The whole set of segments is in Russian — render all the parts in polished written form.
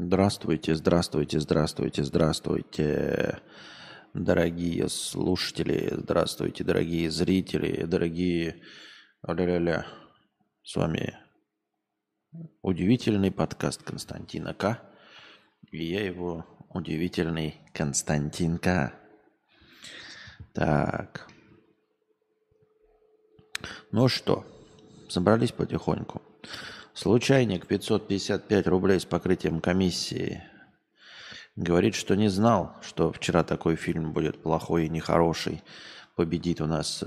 Здравствуйте, здравствуйте, здравствуйте, здравствуйте, дорогие слушатели, здравствуйте, дорогие зрители, дорогие... Ля-ля-ля. С вами удивительный подкаст Константина К. И я его удивительный Константин К. Так, ну что, собрались потихоньку. Случайник 555 рублей с покрытием комиссии. Говорит, что не знал, что вчера такой фильм будет плохой и нехороший. Победит у нас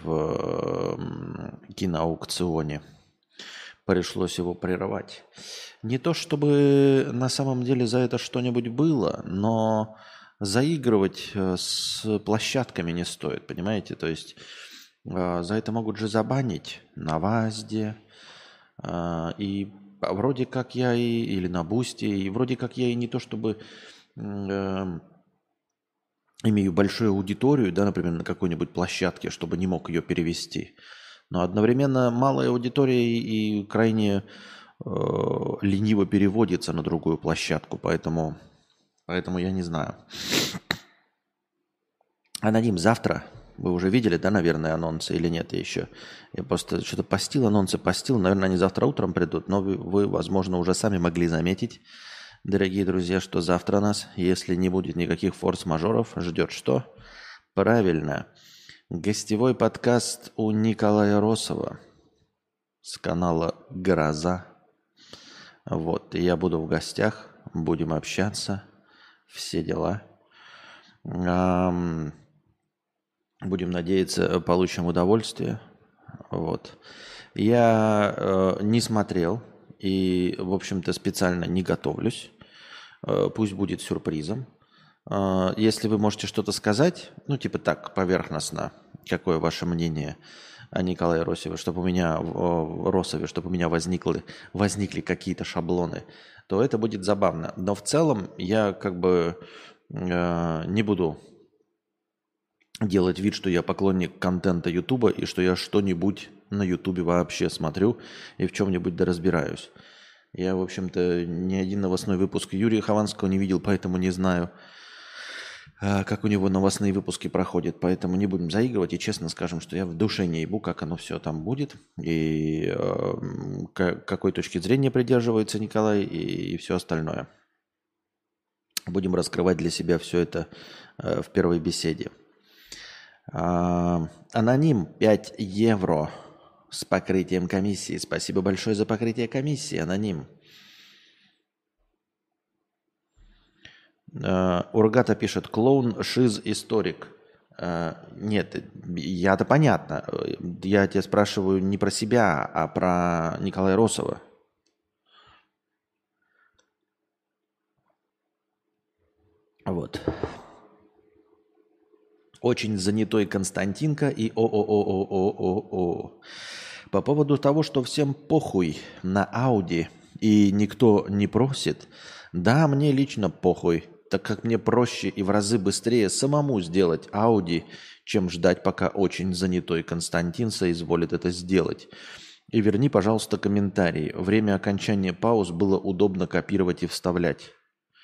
в киноаукционе. Пришлось его прервать. Не то чтобы на самом деле за это что-нибудь было, но заигрывать с площадками не стоит, понимаете? То есть за это могут же забанить на ВАЗде. И вроде как я или на Бусти, и вроде как я и не то чтобы имею большую аудиторию, да, например, на какой-нибудь площадке, чтобы не мог ее перевести. Но одновременно малая аудитория и крайне лениво переводится на другую площадку, поэтому я не знаю. Аноним завтра. Вы уже видели, да, наверное, анонсы или нет еще? Я просто что-то постил, анонсы постил. Наверное, они завтра утром придут, но вы, возможно, уже сами могли заметить, дорогие друзья, что завтра нас, если не будет никаких форс-мажоров, ждет что? Правильно. Гостевой подкаст у Николая Росова с канала «Гроза». Вот, и я буду в гостях, будем общаться, все дела. Будем надеяться, получим удовольствие. Вот. Я не смотрел и, в общем-то, специально не готовлюсь. Пусть будет сюрпризом. Если вы можете что-то сказать, ну, типа так, поверхностно, какое ваше мнение о Николае Росове, чтобы у меня возникли какие-то шаблоны, то это будет забавно. Но в целом я как бы не буду делать вид, что я поклонник контента Ютуба и что я что-нибудь на Ютубе вообще смотрю и в чем-нибудь доразбираюсь. Я, в общем-то, ни один новостной выпуск Юрия Хованского не видел, поэтому не знаю, как у него новостные выпуски проходят. Поэтому не будем заигрывать и честно скажем, что я в душе не ебу, как оно все там будет и какой точки зрения придерживается Николай и все остальное. Будем раскрывать для себя все это в первой беседе. Аноним 5 евро с покрытием комиссии. Спасибо большое за покрытие комиссии, аноним. Ургата пишет: клоун, шиз, историк. Нет, я-то понятно. Я тебя спрашиваю не про себя, а про Николая Росова. Вот. Очень занятой Константинка и о. По поводу того, что всем похуй на Ауди и никто не просит, да, мне лично похуй, так как мне проще и в разы быстрее самому сделать Ауди, чем ждать, пока очень занятой Константин соизволит это сделать. И верни, пожалуйста, комментарий. Время окончания пауз было удобно копировать и вставлять.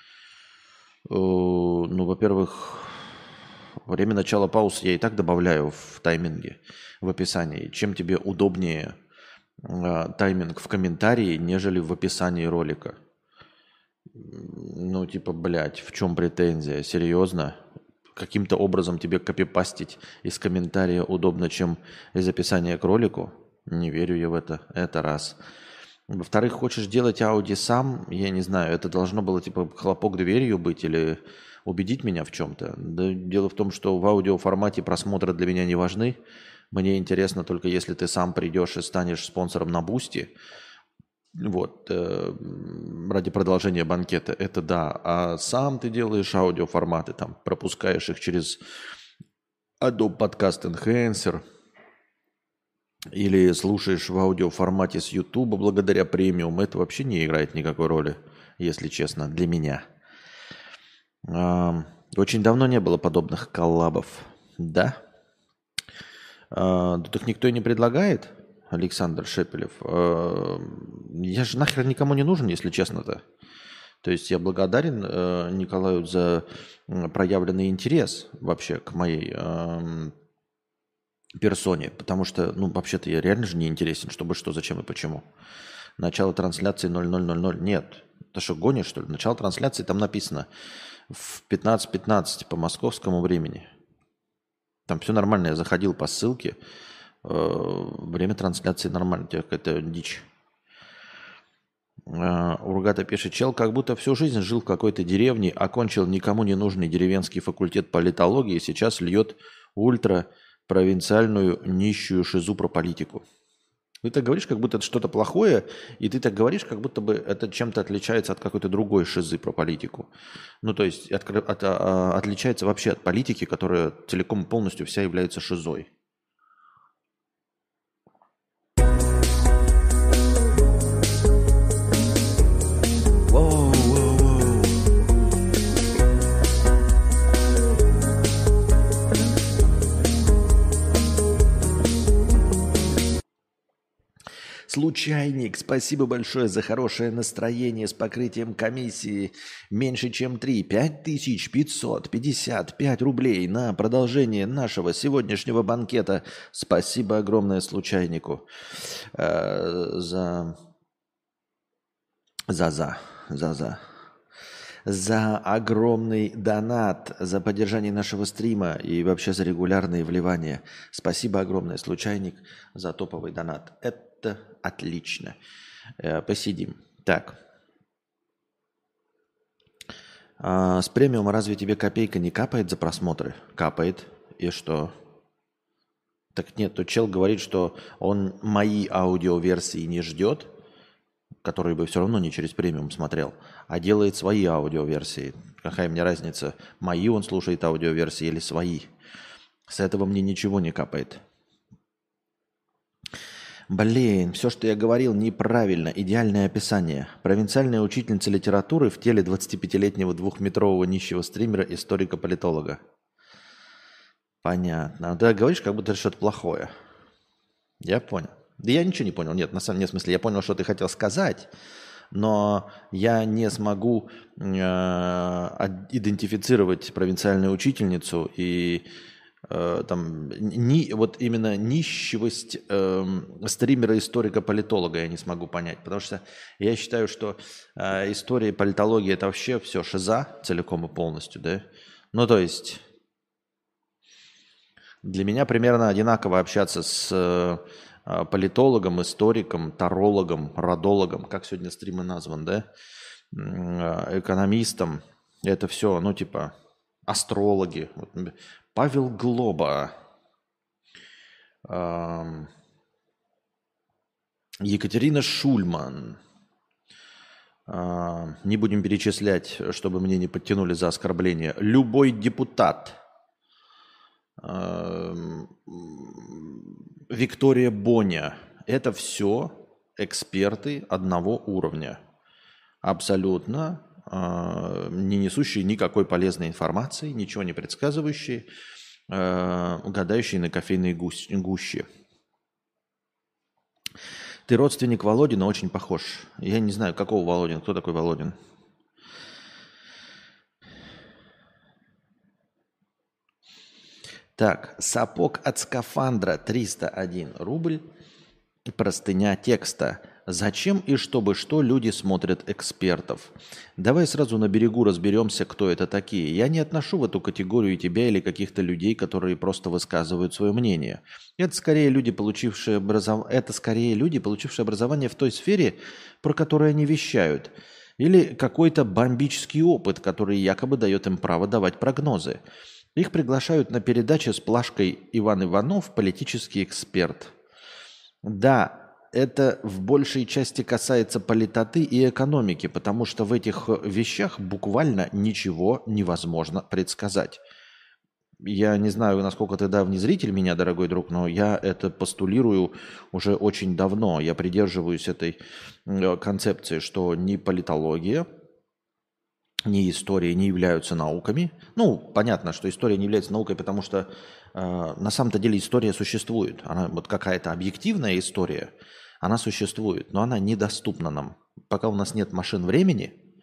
Ну, во-первых, время начала пауз я и так добавляю в тайминге, в описании. Чем тебе удобнее тайминг в комментарии, нежели в описании ролика? Ну, типа, блядь, в чем претензия? Серьезно? Каким-то образом тебе копипастить из комментария удобно, чем из описания к ролику? Не верю я в это. Это раз. Во-вторых, хочешь делать ауди сам? Я не знаю, это должно было типа хлопок дверью быть или убедить меня в чем-то. Да, дело в том, что в аудиоформате просмотры для меня не важны. Мне интересно только, если ты сам придешь и станешь спонсором на Бусти, вот, ради продолжения банкета, это да. А сам ты делаешь аудиоформаты, там, пропускаешь их через Adobe Podcast Enhancer или слушаешь в аудиоформате с YouTube благодаря премиум, это вообще не играет никакой роли, если честно, для меня. Очень давно не было подобных коллабов. Да? Тут их никто и не предлагает, Александр Шепелев. Я же нахер никому не нужен, если честно-то. То есть я благодарен Николаю за проявленный интерес вообще к моей персоне, потому что, ну, вообще-то я реально же не интересен, чтобы что, зачем и почему. Начало трансляции 00:00. Нет. Ты что, гонишь, что ли? Начало трансляции там написано в 15:15 по московскому времени. Там все нормально. Я заходил по ссылке. Время трансляции нормально. У тебя какая-то дичь. Ургата пишет: чел как будто всю жизнь жил в какой-то деревне, окончил никому не нужный деревенский факультет политологии и сейчас льет ультра-провинциальную нищую шизу про политику. Ты так говоришь, как будто это что-то плохое, и ты так говоришь, как будто бы это чем-то отличается от какой-то другой шизы про политику. Ну, то есть отличается вообще от политики, которая целиком и полностью вся является шизой. Случайник, спасибо большое за хорошее настроение с покрытием комиссии меньше, чем 3. 5555 рублей на продолжение нашего сегодняшнего банкета. Спасибо огромное случайнику за огромный донат, за поддержание нашего стрима и вообще за регулярные вливания. Спасибо огромное, случайник, за топовый донат. Это отлично. Посидим. Так. С премиума разве тебе копейка не капает за просмотры? Капает. И что? Так нет, то чел говорит, что он мои аудиоверсии не ждет, которые бы все равно не через премиум смотрел, а делает свои аудиоверсии. Какая мне разница, мои он слушает аудиоверсии или свои? С этого мне ничего не капает. Блин, все, что я говорил, неправильно. Идеальное описание. Провинциальная учительница литературы в теле 25-летнего двухметрового нищего стримера, историка-политолога. Понятно. Ты говоришь, как будто это что-то плохое. Я понял. Да я ничего не понял. Нет, на самом деле, в смысле, я понял, что ты хотел сказать, но я не смогу идентифицировать провинциальную учительницу и вот именно нищевость стримера-историка-политолога я не смогу понять, потому что я считаю, что история и политология – это вообще все шиза целиком и полностью, да? Ну, то есть для меня примерно одинаково общаться с политологом, историком, тарологом, родологом, как сегодня стримы назван, да, экономистом. Это все, ну, типа, астрологи. Вот, Павел Глоба, Екатерина Шульман. Не будем перечислять, чтобы мне не подтянули за оскорбление. Любой депутат. Виктория Боня. Это все эксперты одного уровня. Абсолютно не несущие никакой полезной информации, ничего не предсказывающие, гадающие на кофейной гуще. Ты родственник Володина, очень похож. Я не знаю, какого Володин, кто такой Володин. Так, сапог от скафандра 301 рубль. Простыня текста. Зачем и чтобы что люди смотрят экспертов? Давай сразу на берегу разберемся, кто это такие. Я не отношу в эту категорию тебя или каких-то людей, которые просто высказывают свое мнение. Это скорее люди, получившие образование в той сфере, про которую они вещают. Или какой-то бомбический опыт, который якобы дает им право давать прогнозы. Их приглашают на передачи с плашкой «Иван Иванов, политический эксперт». Да, это в большей части касается политоты и экономики, потому что в этих вещах буквально ничего невозможно предсказать. Я не знаю, насколько ты давний зритель меня, дорогой друг, но я это постулирую уже очень давно. Я придерживаюсь этой концепции, что ни политология, ни история не являются науками. Ну, понятно, что история не является наукой, потому что на самом-то деле история существует. Она вот какая-то объективная история, она существует, но она недоступна нам. Пока у нас нет машин времени,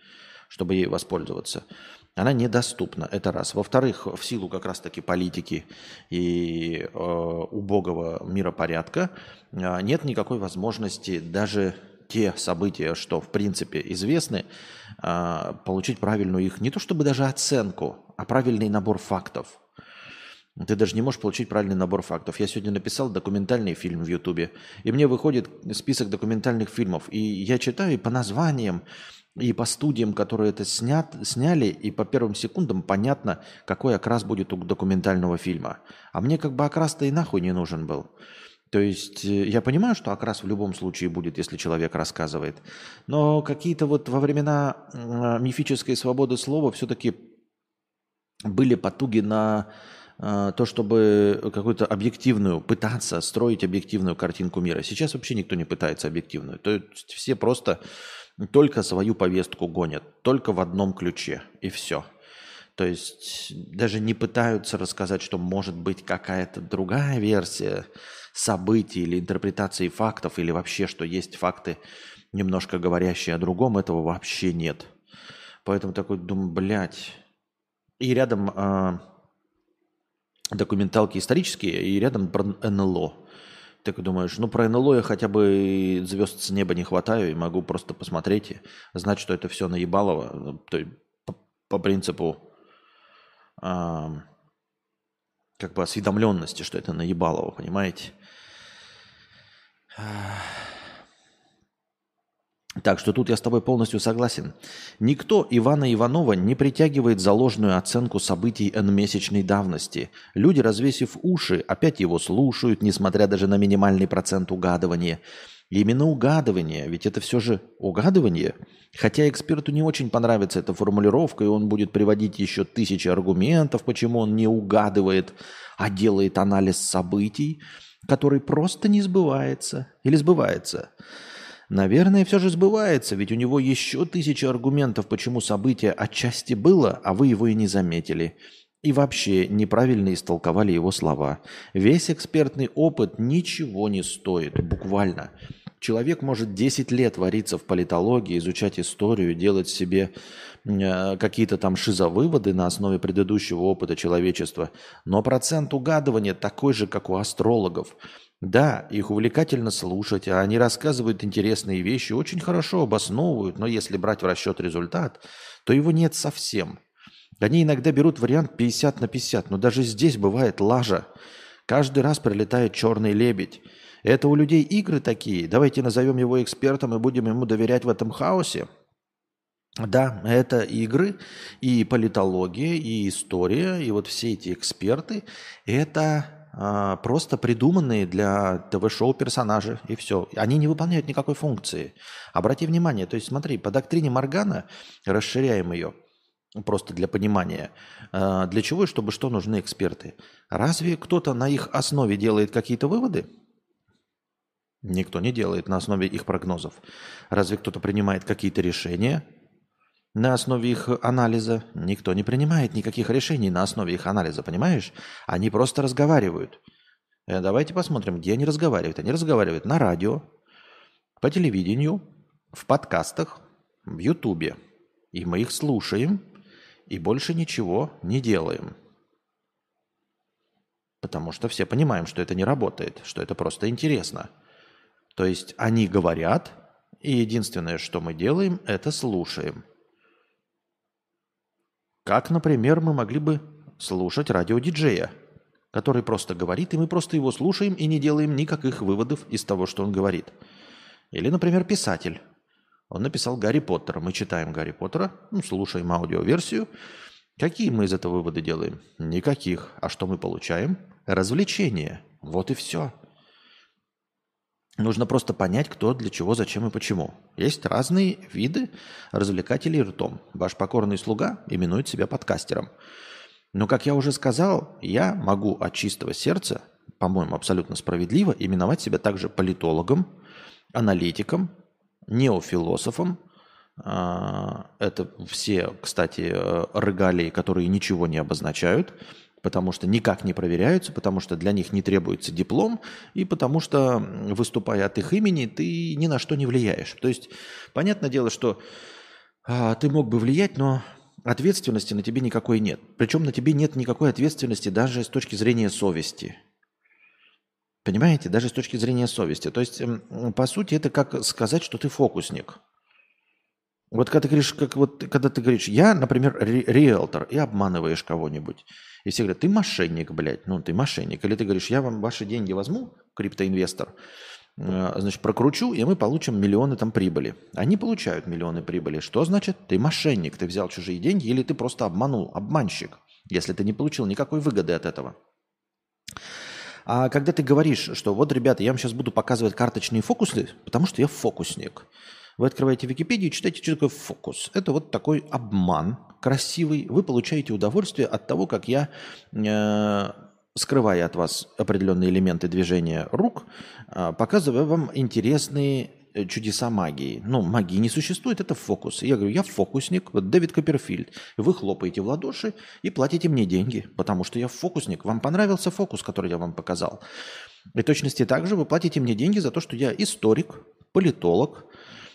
чтобы ей воспользоваться. Она недоступна, это раз. Во-вторых, в силу как раз-таки политики и убогого миропорядка нет никакой возможности даже те события, что в принципе известны, получить правильную их, не то чтобы даже оценку, а правильный набор фактов. Ты даже не можешь получить правильный набор фактов. Я сегодня написал документальный фильм в Ютубе, и мне выходит список документальных фильмов. И я читаю и по названиям, и по студиям, которые это сняли, и по первым секундам понятно, какой окрас будет у документального фильма. А мне как бы окрас-то и нахуй не нужен был. То есть я понимаю, что окрас в любом случае будет, если человек рассказывает. Но какие-то вот во времена мифической свободы слова все-таки были потуги на то, чтобы какую-то объективную, пытаться строить объективную картинку мира. Сейчас вообще никто не пытается объективную. То есть все просто только свою повестку гонят, только в одном ключе, и все. То есть даже не пытаются рассказать, что может быть какая-то другая версия событий или интерпретации фактов, или вообще, что есть факты, немножко говорящие о другом, этого вообще нет. Поэтому такой думаю, блядь. И рядом документалки исторические, и рядом про НЛО. Ты думаешь, ну про НЛО я хотя бы звезд с неба не хватаю, и могу просто посмотреть и знать, что это все наебалово. То есть по принципу как бы осведомленности, что это наебалово, понимаете? Так что тут я с тобой полностью согласен. Никто Ивана Иванова не притягивает за ложную оценку событий N-месячной давности. Люди, развесив уши, опять его слушают, несмотря даже на минимальный процент угадывания. И именно угадывание, ведь это все же угадывание. Хотя эксперту не очень понравится эта формулировка, и он будет приводить еще тысячи аргументов, почему он не угадывает, а делает анализ событий, который просто не сбывается или сбывается. Наверное, все же сбывается, ведь у него еще тысячи аргументов, почему событие отчасти было, а вы его и не заметили. И вообще неправильно истолковали его слова. Весь экспертный опыт ничего не стоит, буквально. Человек может 10 лет вариться в политологии, изучать историю, делать себе какие-то там шизовыводы на основе предыдущего опыта человечества, но процент угадывания такой же, как у астрологов. Да, их увлекательно слушать, а они рассказывают интересные вещи, очень хорошо обосновывают, но если брать в расчет результат, то его нет совсем. Они иногда берут вариант 50 на 50, но даже здесь бывает лажа. Каждый раз прилетает черный лебедь. Это у людей игры такие. Давайте назовем его экспертом и будем ему доверять в этом хаосе. Да, это игры, и политология, и история, и вот все эти эксперты, это просто придуманные для ТВ-шоу персонажи, и все. Они не выполняют никакой функции. Обрати внимание, то есть смотри, по доктрине Моргана, расширяем ее, просто для понимания, для чего и чтобы что нужны эксперты. Разве кто-то на их основе делает какие-то выводы? Никто не делает на основе их прогнозов. Разве кто-то принимает какие-то решения на основе их анализа? Никто не принимает никаких решений на основе их анализа, понимаешь? Они просто разговаривают. Давайте посмотрим, где они разговаривают. Они разговаривают на радио, по телевидению, в подкастах, в Ютубе. И мы их слушаем, и больше ничего не делаем. Потому что все понимаем, что это не работает, что это просто интересно. То есть они говорят, и единственное, что мы делаем, это слушаем. Как, например, мы могли бы слушать радиодиджея, который просто говорит, и мы просто его слушаем и не делаем никаких выводов из того, что он говорит. Или, например, писатель. Он написал Гарри Поттера. Мы читаем Гарри Поттера, слушаем аудиоверсию. Какие мы из этого выводы делаем? Никаких. А что мы получаем? Развлечение. Вот и все. Нужно просто понять, кто, для чего, зачем и почему. Есть разные виды развлекателей ртом. Ваш покорный слуга именует себя подкастером. Но, как я уже сказал, я могу от чистого сердца, по-моему, абсолютно справедливо, именовать себя также политологом, аналитиком, неофилософом. Это все, кстати, регалии, которые ничего не обозначают, потому что никак не проверяются, потому что для них не требуется диплом, и потому что, выступая от их имени, ты ни на что не влияешь. То есть, понятное дело, что Ты мог бы влиять, но ответственности на тебе никакой нет. Причем на тебе нет никакой ответственности даже с точки зрения совести. Понимаете? Даже с точки зрения совести. То есть, по сути, это как сказать, что ты фокусник. Вот когда ты говоришь, когда ты говоришь, я, например, риэлтор, и обманываешь кого-нибудь. И все говорят, ты мошенник, блядь. Ну, ты мошенник. Или ты говоришь, я вам ваши деньги возьму, криптоинвестор, значит, прокручу, и мы получим миллионы там прибыли. Они получают миллионы прибыли. Что значит? Ты мошенник, ты взял чужие деньги, или ты просто обманул, обманщик, если ты не получил никакой выгоды от этого. А когда ты говоришь, что вот, ребята, я вам сейчас буду показывать карточные фокусы, потому что я фокусник. Вы открываете Википедию и читаете, что такое фокус. Это вот такой обман красивый. Вы получаете удовольствие от того, как я, скрывая от вас определенные элементы движения рук, показываю вам интересные чудеса магии. Ну, магии не существует, это фокус. Я говорю, я фокусник, вот Дэвид Копперфильд. Вы хлопаете в ладоши и платите мне деньги, потому что я фокусник. Вам понравился фокус, который я вам показал. И в точности так же вы платите мне деньги за то, что я историк, политолог,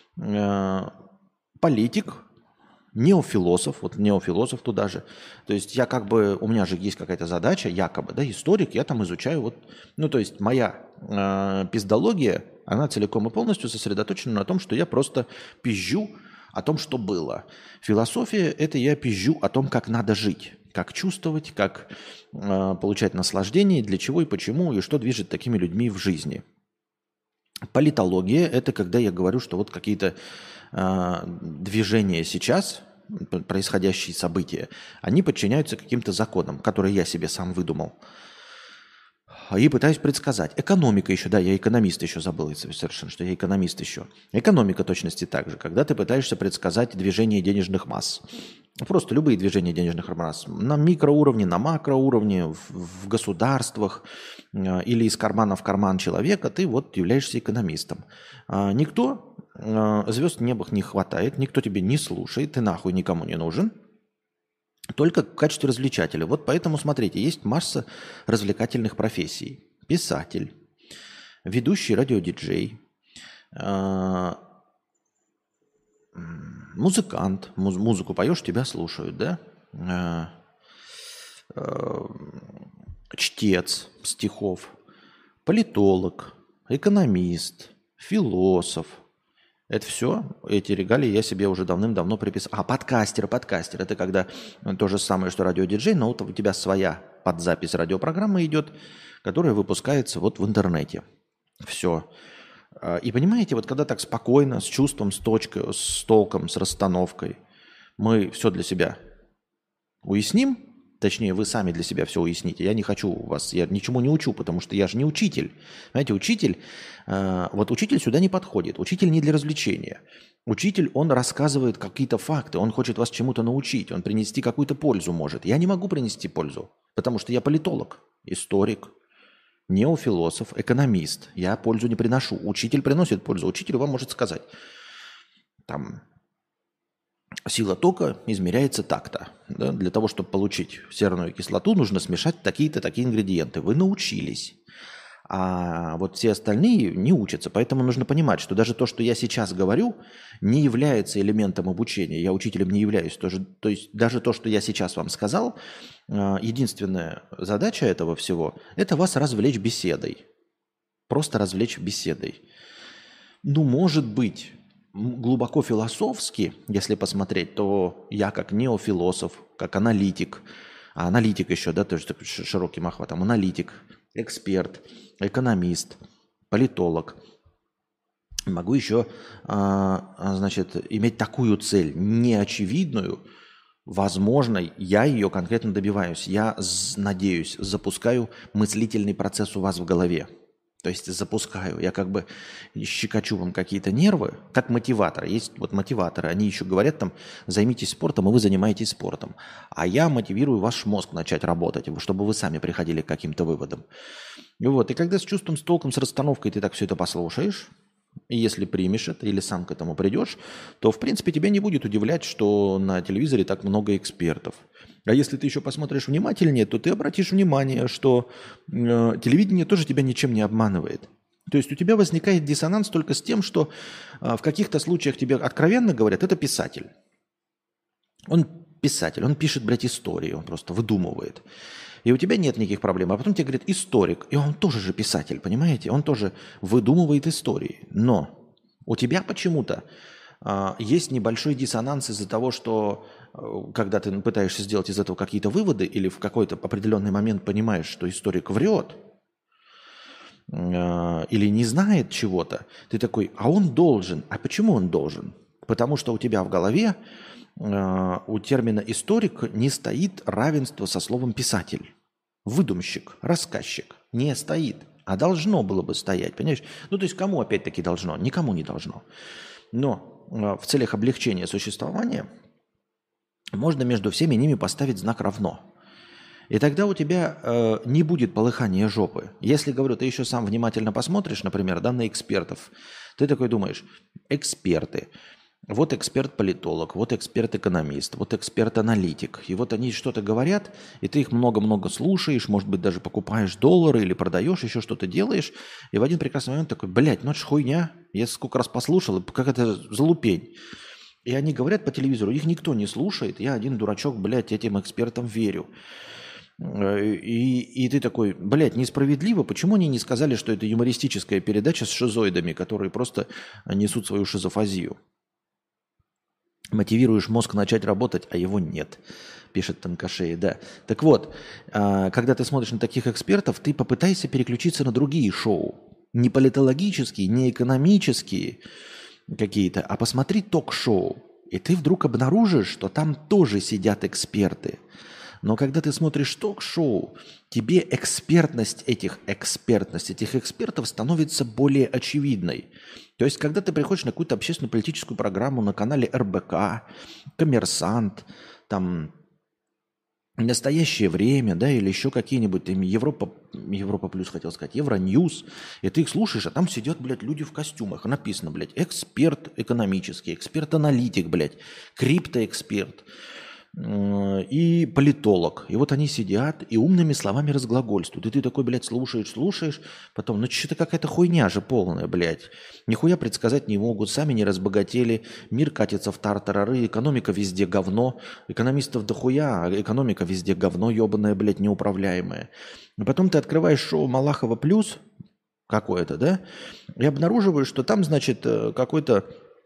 политик, неофилософ, вот неофилософ туда же. То есть я как бы, у меня же есть какая-то задача, якобы, да, историк, я там изучаю вот, ну то есть моя пиздология, она целиком и полностью сосредоточена на том, что я просто пизжу о том, что было. Философия – это я пизжу о том, как надо жить, как чувствовать, как получать наслаждение, для чего и почему, и что движет такими людьми в жизни. Политология – это когда я говорю, что вот какие-то движения сейчас, происходящие события, они подчиняются каким-то законам, которые я себе сам выдумал. И пытаюсь предсказать. Экономика еще, да, я экономист еще забыл совершенно, что я экономист еще. Экономика точности так же, когда ты пытаешься предсказать движение денежных масс. Просто любые движения денежных масс. На микроуровне, на макроуровне, в государствах или из кармана в карман человека, ты вот являешься экономистом. Никто, звезд в небах не хватает, никто тебе не слушает, ты нахуй никому не нужен. Только в качестве развлечателя. Вот поэтому, смотрите, есть масса развлекательных профессий. Писатель, ведущий радиодиджей, музыкант. Музыку поешь, тебя слушают, да? Чтец стихов, политолог, экономист, философ. Это все, эти регалии я себе уже давным-давно приписал. Подкастер. Это когда то же самое, что радиодиджей, но вот у тебя своя подзапись радиопрограммы идет, которая выпускается вот в интернете. Все. И понимаете, вот когда так спокойно, с чувством, с толком, с расстановкой, мы все для себя уясним, точнее, вы сами для себя все уясните. Я не хочу вас, я ничему не учу, потому что я же не учитель. Знаете, учитель сюда не подходит. Учитель не для развлечения. Учитель, он рассказывает какие-то факты, он хочет вас чему-то научить, он принести какую-то пользу может. Я не могу принести пользу, потому что я политолог, историк, неофилософ, экономист. Я пользу не приношу. Учитель приносит пользу. Учитель вам может сказать, там, сила тока измеряется так-то. Да? Для того, чтобы получить серную кислоту, нужно смешать такие-то, такие ингредиенты. Вы научились. А вот все остальные не учатся. Поэтому нужно понимать, что даже то, что я сейчас говорю, не является элементом обучения. Я учителем не являюсь. То есть даже то, что я сейчас вам сказал, единственная задача этого всего – это вас развлечь беседой. Просто развлечь беседой. Ну, может быть, глубоко философски, если посмотреть, то я как неофилософ, как аналитик, а аналитик еще, да, тоже такой широким охватом, аналитик, эксперт, экономист, политолог, могу еще, значит, иметь такую цель, неочевидную, возможно, я ее конкретно добиваюсь, я надеюсь, запускаю мыслительный процесс у вас в голове. То есть запускаю, я как бы щекочу вам какие-то нервы, как мотиваторы. Есть вот мотиваторы, они еще говорят там, займитесь спортом, и вы занимаетесь спортом. А я мотивирую ваш мозг начать работать, чтобы вы сами приходили к каким-то выводам. И когда с чувством, с толком, с расстановкой ты так все это послушаешь, и если примешь это или сам к этому придешь, то, в принципе, тебя не будет удивлять, что на телевизоре так много экспертов. А если ты еще посмотришь внимательнее, то ты обратишь внимание, что телевидение тоже тебя ничем не обманывает. То есть у тебя возникает диссонанс только с тем, что в каких-то случаях тебе откровенно говорят, это писатель. Он писатель, он пишет, блядь, истории, он просто выдумывает. И у тебя нет никаких проблем. А потом тебе говорит историк, и он тоже же писатель, понимаете? Он тоже выдумывает истории. Но у тебя почему-то есть небольшой диссонанс из-за того, что когда ты пытаешься сделать из этого какие-то выводы или в какой-то определенный момент понимаешь, что историк врет или не знает чего-то, ты такой, а он должен. А почему он должен? Потому что у тебя в голове у термина историк не стоит равенство со словом писатель. Выдумщик, рассказчик не стоит, а должно было бы стоять, понимаешь? Ну, то есть кому опять-таки должно? Никому не должно. Но в целях облегчения существования можно между всеми ними поставить знак «равно». И тогда у тебя не будет полыхания жопы. Если, говорю, ты еще сам внимательно посмотришь, например, да, на экспертов, ты такой думаешь, эксперты, вот эксперт-политолог, вот эксперт-экономист, вот эксперт-аналитик. И вот они что-то говорят, и ты их много-много слушаешь, может быть, даже покупаешь доллары или продаешь, еще что-то делаешь. И в один прекрасный момент такой, блядь, ну это ж хуйня. Я сколько раз послушал, как это залупень. И они говорят по телевизору, их никто не слушает. Я один дурачок, блядь, этим экспертам верю. И ты такой, блядь, несправедливо. Почему они не сказали, что это юмористическая передача с шизоидами, которые просто несут свою шизофазию? Мотивируешь мозг начать работать, а его нет, пишет Танкашей, да. Так вот, когда ты смотришь на таких экспертов, ты попытайся переключиться на другие шоу. Не политологические, не экономические какие-то, а посмотри ток-шоу. И ты вдруг обнаружишь, что там тоже сидят эксперты. Но когда ты смотришь ток-шоу, тебе экспертность этих экспертов становится более очевидной. То есть, когда ты приходишь на какую-то общественно-политическую программу на канале РБК, Коммерсант, там, Настоящее время, да, или еще какие-нибудь, там, Европа плюс, хотел сказать, Евроньюз, и ты их слушаешь, а там сидят, блядь, люди в костюмах, написано, блядь, эксперт экономический, эксперт-аналитик, блядь, криптоэксперт и политолог. И вот они сидят и умными словами разглагольствуют. И ты такой, блядь, слушаешь, потом, ну что-то какая-то хуйня же полная, блядь. Нихуя предсказать не могут, сами не разбогатели, мир катится в тартарары, экономика везде говно, экономистов дохуя, а экономика везде говно ебаное, блядь, неуправляемое. И потом ты открываешь шоу Малахова плюс какое-то, да, и обнаруживаешь, что там, значит, какой-то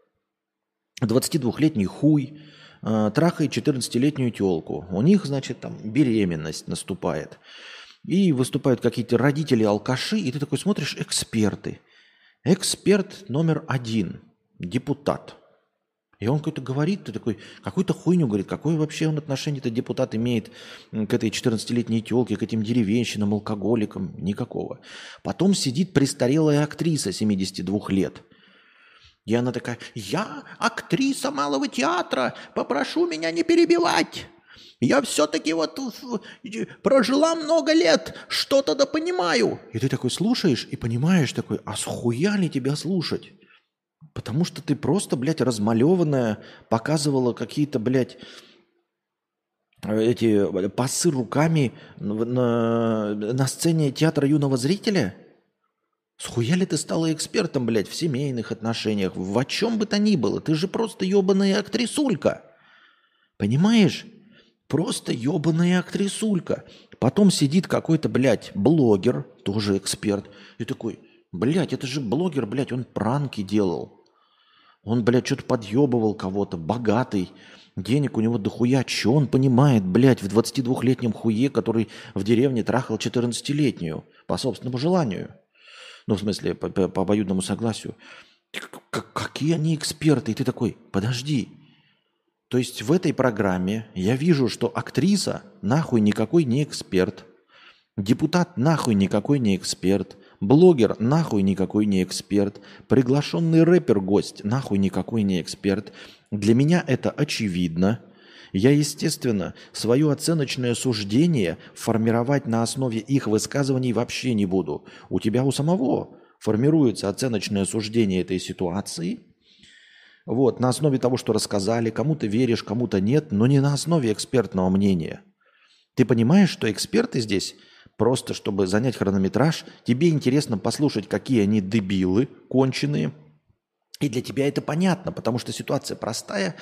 22-летний хуй, трахает 14-летнюю телку. У них, значит, там беременность наступает. И выступают какие-то родители-алкаши, и ты такой смотришь, эксперты. Эксперт номер 1, депутат. И он какой-то говорит, ты такой, какую-то хуйню говорит, какое вообще он отношение-то депутат имеет к этой 14-летней телке, к этим деревенщинам, алкоголикам? Никакого. Потом сидит престарелая актриса 72 лет. И она такая, я актриса малого театра, попрошу меня не перебивать. Я все-таки вот прожила много лет, что-то да понимаю. И ты такой слушаешь и понимаешь такой, а схуя ли тебя слушать? Потому что ты просто, блядь, размалеванная, показывала какие-то, блядь, эти пасы руками на сцене театра юного зрителя. Схуя ли ты стала экспертом, блядь, в семейных отношениях, в чем бы то ни было? Ты же просто ебаная актрисулька. Понимаешь? Просто ебаная актрисулька. Потом сидит какой-то, блядь, блогер, тоже эксперт. И такой, блядь, это же блогер, блядь, он пранки делал. Он, блядь, что-то подъебывал кого-то, богатый. Денег у него дохуя. Че он понимает, блядь, в 22-летнем хуе, который в деревне трахал 14-летнюю по собственному желанию? Ну, в смысле, по обоюдному согласию. Какие они эксперты? И ты такой, подожди. То есть в этой программе я вижу, что актриса нахуй никакой не эксперт. Депутат нахуй никакой не эксперт. Блогер нахуй никакой не эксперт. Приглашенный рэпер-гость нахуй никакой не эксперт. Для меня это очевидно. Я, естественно, свое оценочное суждение формировать на основе их высказываний вообще не буду. У тебя у самого формируется оценочное суждение этой ситуации. Вот, на основе того, что рассказали, кому-то веришь, кому-то нет, но не на основе экспертного мнения. Ты понимаешь, что эксперты здесь просто, чтобы занять хронометраж, тебе интересно послушать, какие они дебилы, конченые, И для тебя это понятно, потому что ситуация простая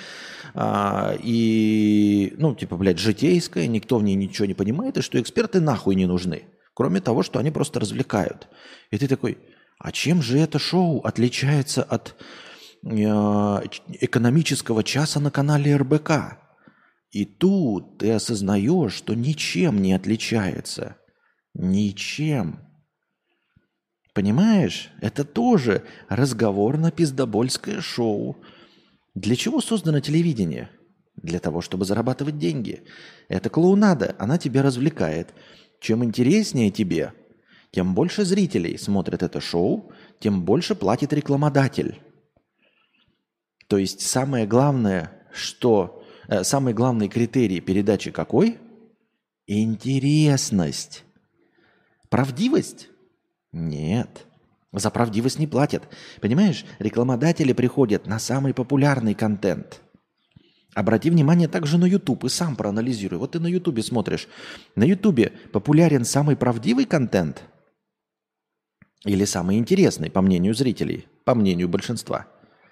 и, ну, типа, блядь, житейская, никто в ней ничего не понимает, и что эксперты нахуй не нужны. Кроме того, что они просто развлекают. И ты такой, а чем же это шоу отличается от экономического часа на канале РБК? И тут ты осознаешь, что ничем не отличается. Ничем. Понимаешь? Это тоже разговорно-пиздобольское шоу. Для чего создано телевидение? Для того, чтобы зарабатывать деньги. Это клоунада, она тебя развлекает. Чем интереснее тебе, тем больше зрителей смотрят это шоу, тем больше платит рекламодатель. То есть самое главное, самый главный критерий передачи какой? Интересность. Правдивость? Нет. За правдивость не платят. Понимаешь, рекламодатели приходят на самый популярный контент. Обрати внимание также на YouTube и сам проанализируй. Вот ты на YouTube смотришь. На YouTube популярен самый правдивый контент или самый интересный, по мнению зрителей, по мнению большинства?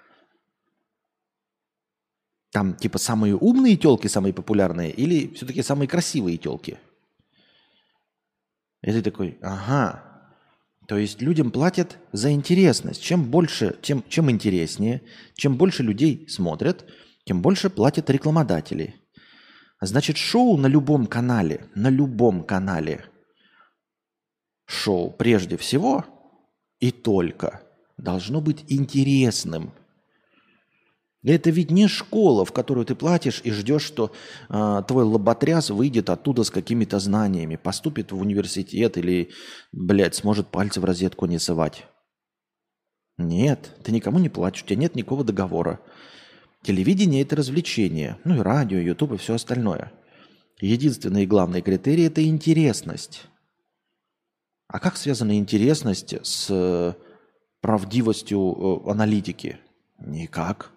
Там типа самые умные телки самые популярные или все-таки самые красивые телки? И ты такой, ага. То есть людям платят за интересность. Чем больше, чем интереснее, чем больше людей смотрят, тем больше платят рекламодатели. Значит, шоу на любом канале, шоу прежде всего и только должно быть интересным. Это ведь не школа, в которую ты платишь и ждешь, что твой лоботряс выйдет оттуда с какими-то знаниями, поступит в университет или, блядь, сможет пальцы в розетку не совать. Нет, ты никому не платишь, у тебя нет никакого договора. Телевидение – это развлечение, ну и радио, ютуб и все остальное. Единственный и главный критерий – это интересность. А как связана интересность с правдивостью аналитики? Никак.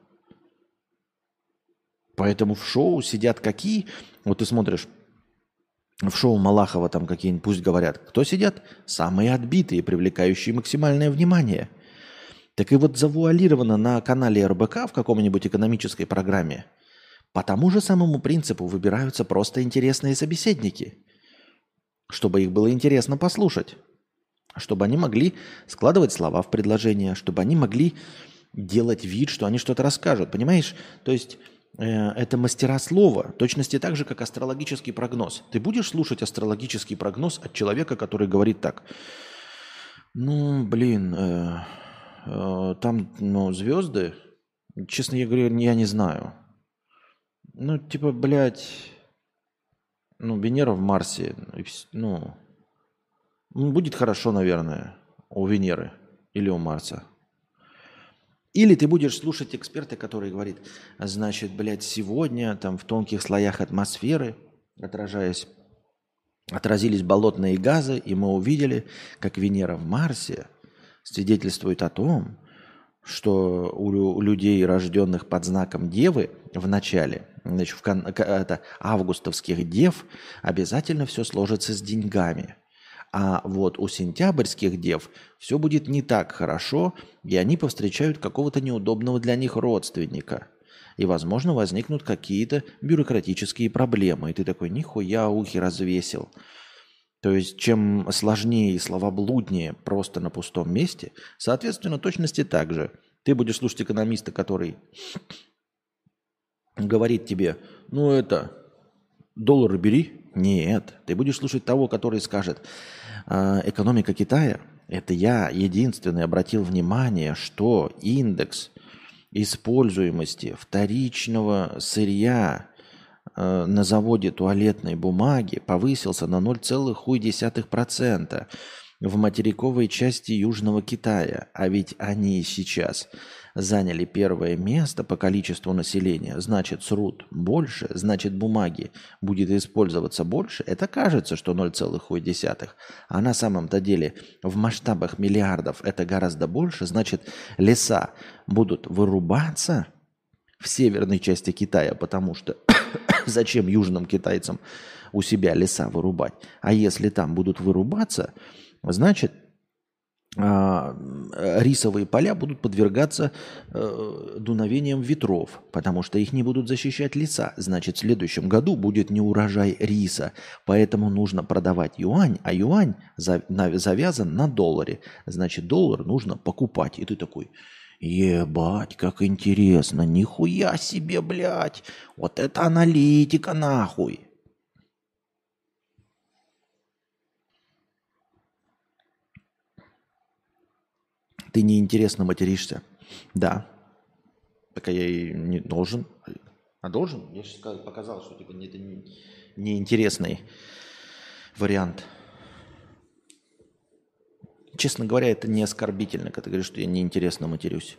Поэтому в шоу сидят какие? Вот ты смотришь, в шоу Малахова там какие-нибудь, пусть говорят, кто сидят? Самые отбитые, привлекающие максимальное внимание. Так и вот завуалировано на канале РБК в каком-нибудь экономической программе. По тому же самому принципу выбираются просто интересные собеседники, чтобы их было интересно послушать, чтобы они могли складывать слова в предложения, чтобы они могли делать вид, что они что-то расскажут. Понимаешь? То есть это мастера слова, в точности так же, как астрологический прогноз. Ты будешь слушать астрологический прогноз от человека, который говорит так. Ну, блин, там звезды, честно я говорю, я не знаю. Ну, типа, блядь, Венера в Марсе, будет хорошо, наверное, у Венеры или у Марса. Или ты будешь слушать эксперта, который говорит, значит, блядь, сегодня там в тонких слоях атмосферы, отразились болотные газы, и мы увидели, как Венера в Марсе свидетельствует о том, что у людей, рожденных под знаком Девы в начале, значит, августовских дев, обязательно все сложится с деньгами. А вот у сентябрьских дев все будет не так хорошо, и они повстречают какого-то неудобного для них родственника. И, возможно, возникнут какие-то бюрократические проблемы. И ты такой, нихуя ухи развесил. То есть, чем сложнее и словоблуднее просто на пустом месте, соответственно, точности так же. Ты будешь слушать экономиста, который говорит тебе, доллары бери. Нет, ты будешь слушать того, который скажет, экономика Китая, это я единственный обратил внимание, что индекс используемости вторичного сырья на заводе туалетной бумаги повысился на 0,1% в материковой части Южного Китая. А ведь они сейчас заняли первое место по количеству населения. Значит, срут больше, значит, бумаги будет использоваться больше. Это кажется, что 0,1. А на самом-то деле в масштабах миллиардов это гораздо больше. Значит, леса будут вырубаться в северной части Китая, потому что зачем южным китайцам у себя леса вырубать? А если там будут вырубаться, значит, рисовые поля будут подвергаться дуновениям ветров, потому что их не будут защищать леса. Значит, в следующем году будет неурожай риса. Поэтому нужно продавать юань, а юань завязан на долларе. Значит, доллар нужно покупать. И ты такой, ебать, как интересно, нихуя себе, блядь. Вот это аналитика нахуй. Ты неинтересно материшься. Да. Так я и не должен. А должен? Я же показал, что типа, это неинтересный вариант. Честно говоря, это не оскорбительно, когда ты говоришь, что я неинтересно матерюсь.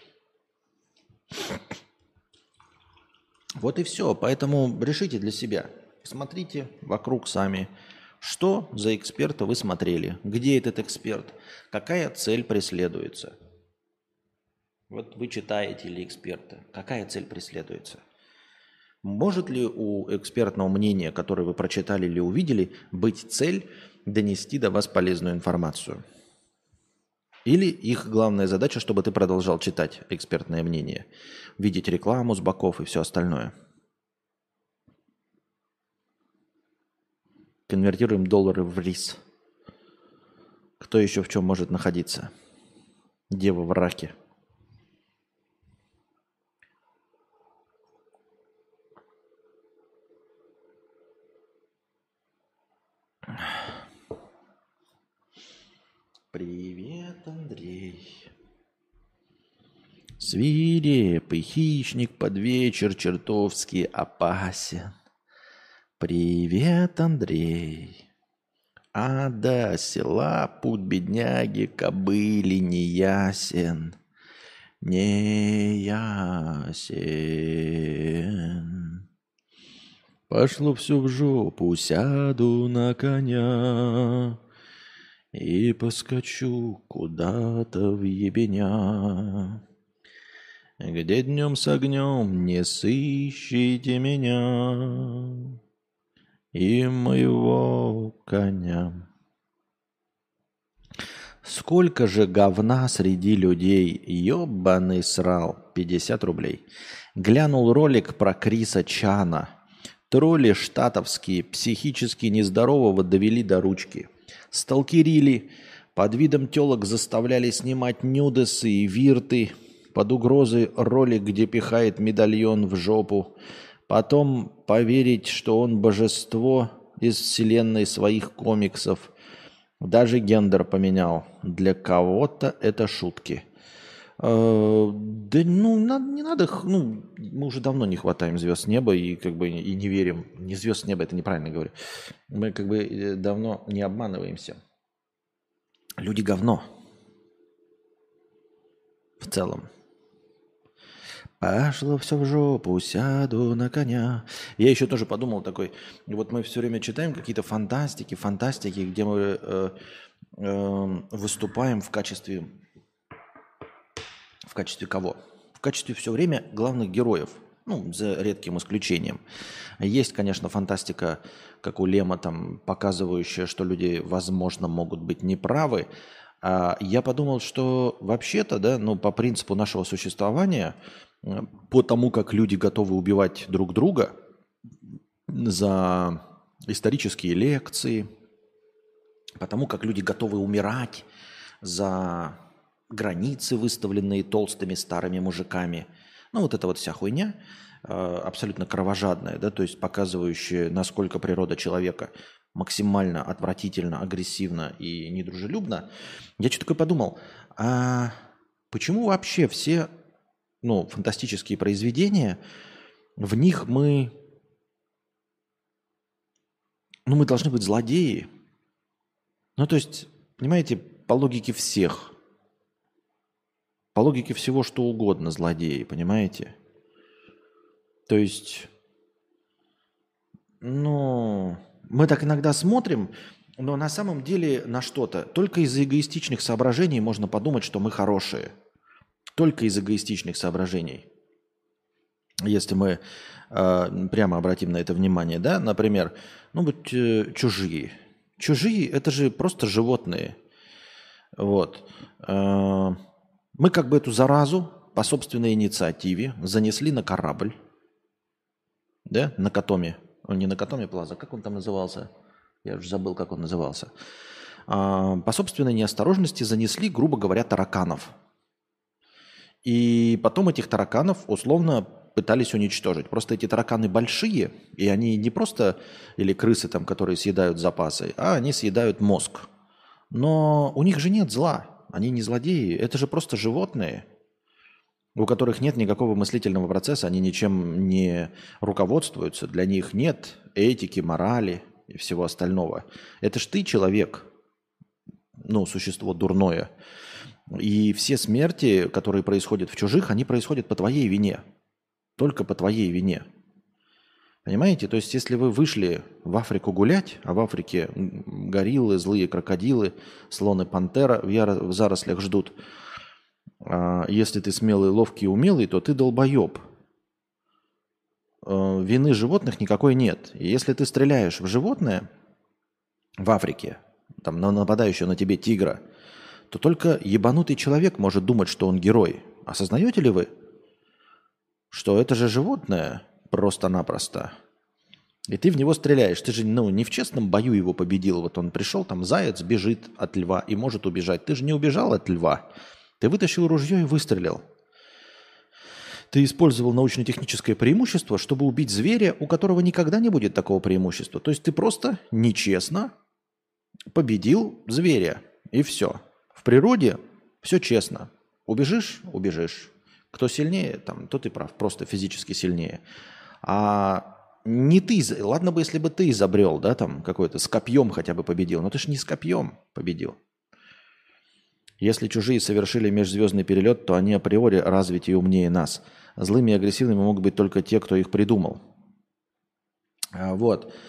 Вот и все. Поэтому решите для себя. Смотрите вокруг сами. Что за эксперта вы смотрели? Где этот эксперт? Какая цель преследуется? Вот вы читаете ли эксперта? Какая цель преследуется? Может ли у экспертного мнения, которое вы прочитали или увидели, быть цель донести до вас полезную информацию? Или их главная задача, чтобы ты продолжал читать экспертное мнение, видеть рекламу с боков и все остальное? Конвертируем доллары в рис. Кто еще в чем может находиться? Дева в раке. Привет, Андрей. Свирепый хищник под вечер чертовски опасен. Привет, Андрей. А до села путь бедняги кобыли не ясен. Не ясен. Пошло все в жопу, сяду на коня и поскочу куда-то в ебеня. Где днем с огнем не сыщите меня и моего коня. Сколько же говна среди людей, ёбаный срал, 50 рублей. Глянул ролик про Криса Чана. Тролли штатовские психически нездорового довели до ручки. Сталкерили, под видом телок заставляли снимать нюдесы и вирты, под угрозой ролик, где пихает медальон в жопу. Потом поверить, что он божество из вселенной своих комиксов. Даже гендер поменял. Для кого-то это шутки. Да не надо, мы уже давно не хватаем звезд с неба и как бы и не верим. Не звезд с неба, это неправильно говорю. Мы как бы давно не обманываемся. Люди говно. В целом. Пошло все в жопу, сяду на коня. Я еще тоже подумал такой, вот мы все время читаем какие-то фантастики, где мы выступаем в качестве кого? В качестве все время главных героев, за редким исключением. Есть, конечно, фантастика, как у Лема, там, показывающая, что люди, возможно, могут быть неправы. А я подумал, что вообще-то, да, по принципу нашего существования, по тому, как люди готовы убивать друг друга за исторические лекции, по тому, как люди готовы умирать за границы, выставленные толстыми старыми мужиками. Вот эта вот вся хуйня, абсолютно кровожадная, да, то есть показывающая, насколько природа человека максимально отвратительно, агрессивно и недружелюбно. Я что-то такое подумал, а почему вообще все фантастические произведения, в них мы должны быть злодеи. То есть, понимаете, по логике всех, по логике всего, что угодно злодеи, понимаете? То есть, мы так иногда смотрим, но на самом деле на что-то. Только из-за эгоистичных соображений можно подумать, что мы хорошие. Только из эгоистичных соображений. Если мы прямо обратим на это внимание, да, например, чужие. Чужие – это же просто животные. Вот. Мы как бы эту заразу по собственной инициативе занесли на корабль, да, на Катоме. Не на Катоме Плаза, как он там назывался? Я уже забыл, как он назывался. По собственной неосторожности занесли, грубо говоря, тараканов. И потом этих тараканов условно пытались уничтожить. Просто эти тараканы большие, и они не просто, или крысы там, которые съедают запасы, а они съедают мозг. Но у них же нет зла, они не злодеи, это же просто животные, у которых нет никакого мыслительного процесса, они ничем не руководствуются, для них нет этики, морали и всего остального. Это ж ты человек, ну, существо дурное. И все смерти, которые происходят в чужих, они происходят по твоей вине. Только по твоей вине. Понимаете? То есть, если вы вышли в Африку гулять, а в Африке гориллы, злые крокодилы, слоны, пантера в зарослях ждут. Если ты смелый, ловкий, умелый, то ты долбоеб. Вины животных никакой нет. И если ты стреляешь в животное в Африке, там, на нападающего на тебе тигра, то только ебанутый человек может думать, что он герой. Осознаете ли вы, что это же животное просто-напросто? И ты в него стреляешь. Ты же не в честном бою его победил. Вот он пришел, там заяц бежит от льва и может убежать. Ты же не убежал от льва. Ты вытащил ружье и выстрелил. Ты использовал научно-техническое преимущество, чтобы убить зверя, у которого никогда не будет такого преимущества. То есть ты просто нечестно победил зверя. И все. В природе все честно. Убежишь – убежишь. Кто сильнее, там, тот и прав, просто физически сильнее. А не ты, ладно бы, если бы ты изобрел, да, там, какой-то, с копьем хотя бы победил, но ты же не с копьем победил. Если чужие совершили межзвездный перелет, то они априори развитее и умнее нас. Злыми и агрессивными могут быть только те, кто их придумал. Вот.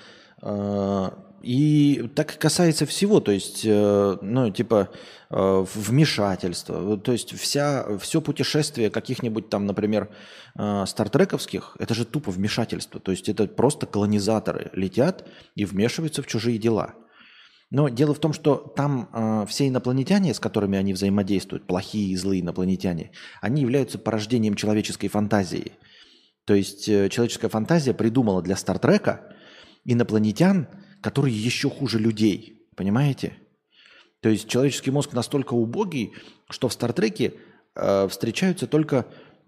И так касается всего, то есть, вмешательства. То есть все путешествие каких-нибудь там, например, стартрековских, это же тупо вмешательство. То есть это просто колонизаторы летят и вмешиваются в чужие дела. Но дело в том, что там все инопланетяне, с которыми они взаимодействуют, плохие и злые инопланетяне, они являются порождением человеческой фантазии. То есть человеческая фантазия придумала для Стартрека инопланетян, которые еще хуже людей. Понимаете? То есть человеческий мозг настолько убогий, что в Стартреке встречаются только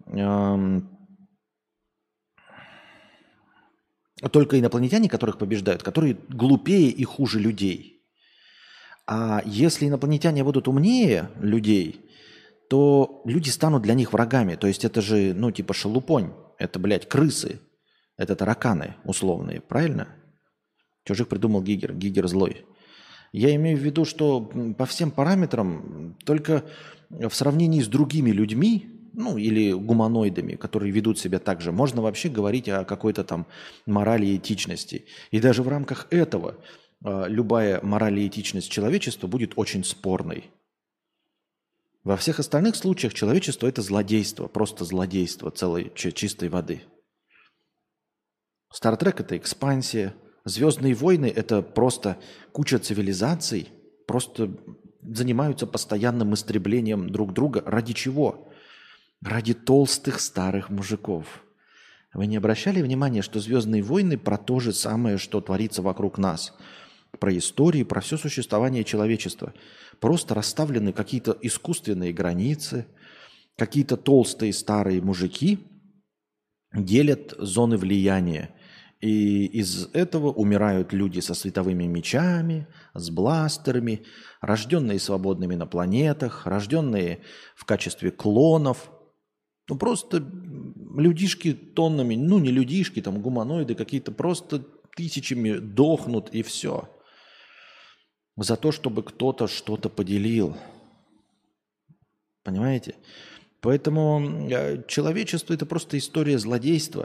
инопланетяне, которых побеждают, которые глупее и хуже людей. А если инопланетяне будут умнее людей, то люди станут для них врагами. То есть это же, шелупонь. Это, крысы. Это тараканы условные. Правильно? Чужих придумал Гигер. Гигер злой. Я имею в виду, что по всем параметрам, только в сравнении с другими людьми, или гуманоидами, которые ведут себя так же, можно вообще говорить о какой-то там морали и этичности. И даже в рамках этого любая мораль и этичность человечества будет очень спорной. Во всех остальных случаях человечество – это злодейство, просто злодейство целой чистой воды. Стартрек – это экспансия. Звездные войны – это просто куча цивилизаций, просто занимаются постоянным истреблением друг друга. Ради чего? Ради толстых старых мужиков. Вы не обращали внимания, что «Звездные войны» про то же самое, что творится вокруг нас? Про историю, про все существование человечества. Просто расставлены какие-то искусственные границы, какие-то толстые старые мужики делят зоны влияния. И из этого умирают люди со световыми мечами, с бластерами, рожденные свободными на планетах, рожденные в качестве клонов. Просто людишки тоннами, не людишки, там гуманоиды какие-то, просто тысячами дохнут и все. За то, чтобы кто-то что-то поделил. Понимаете? Поэтому человечество – это просто история злодейства.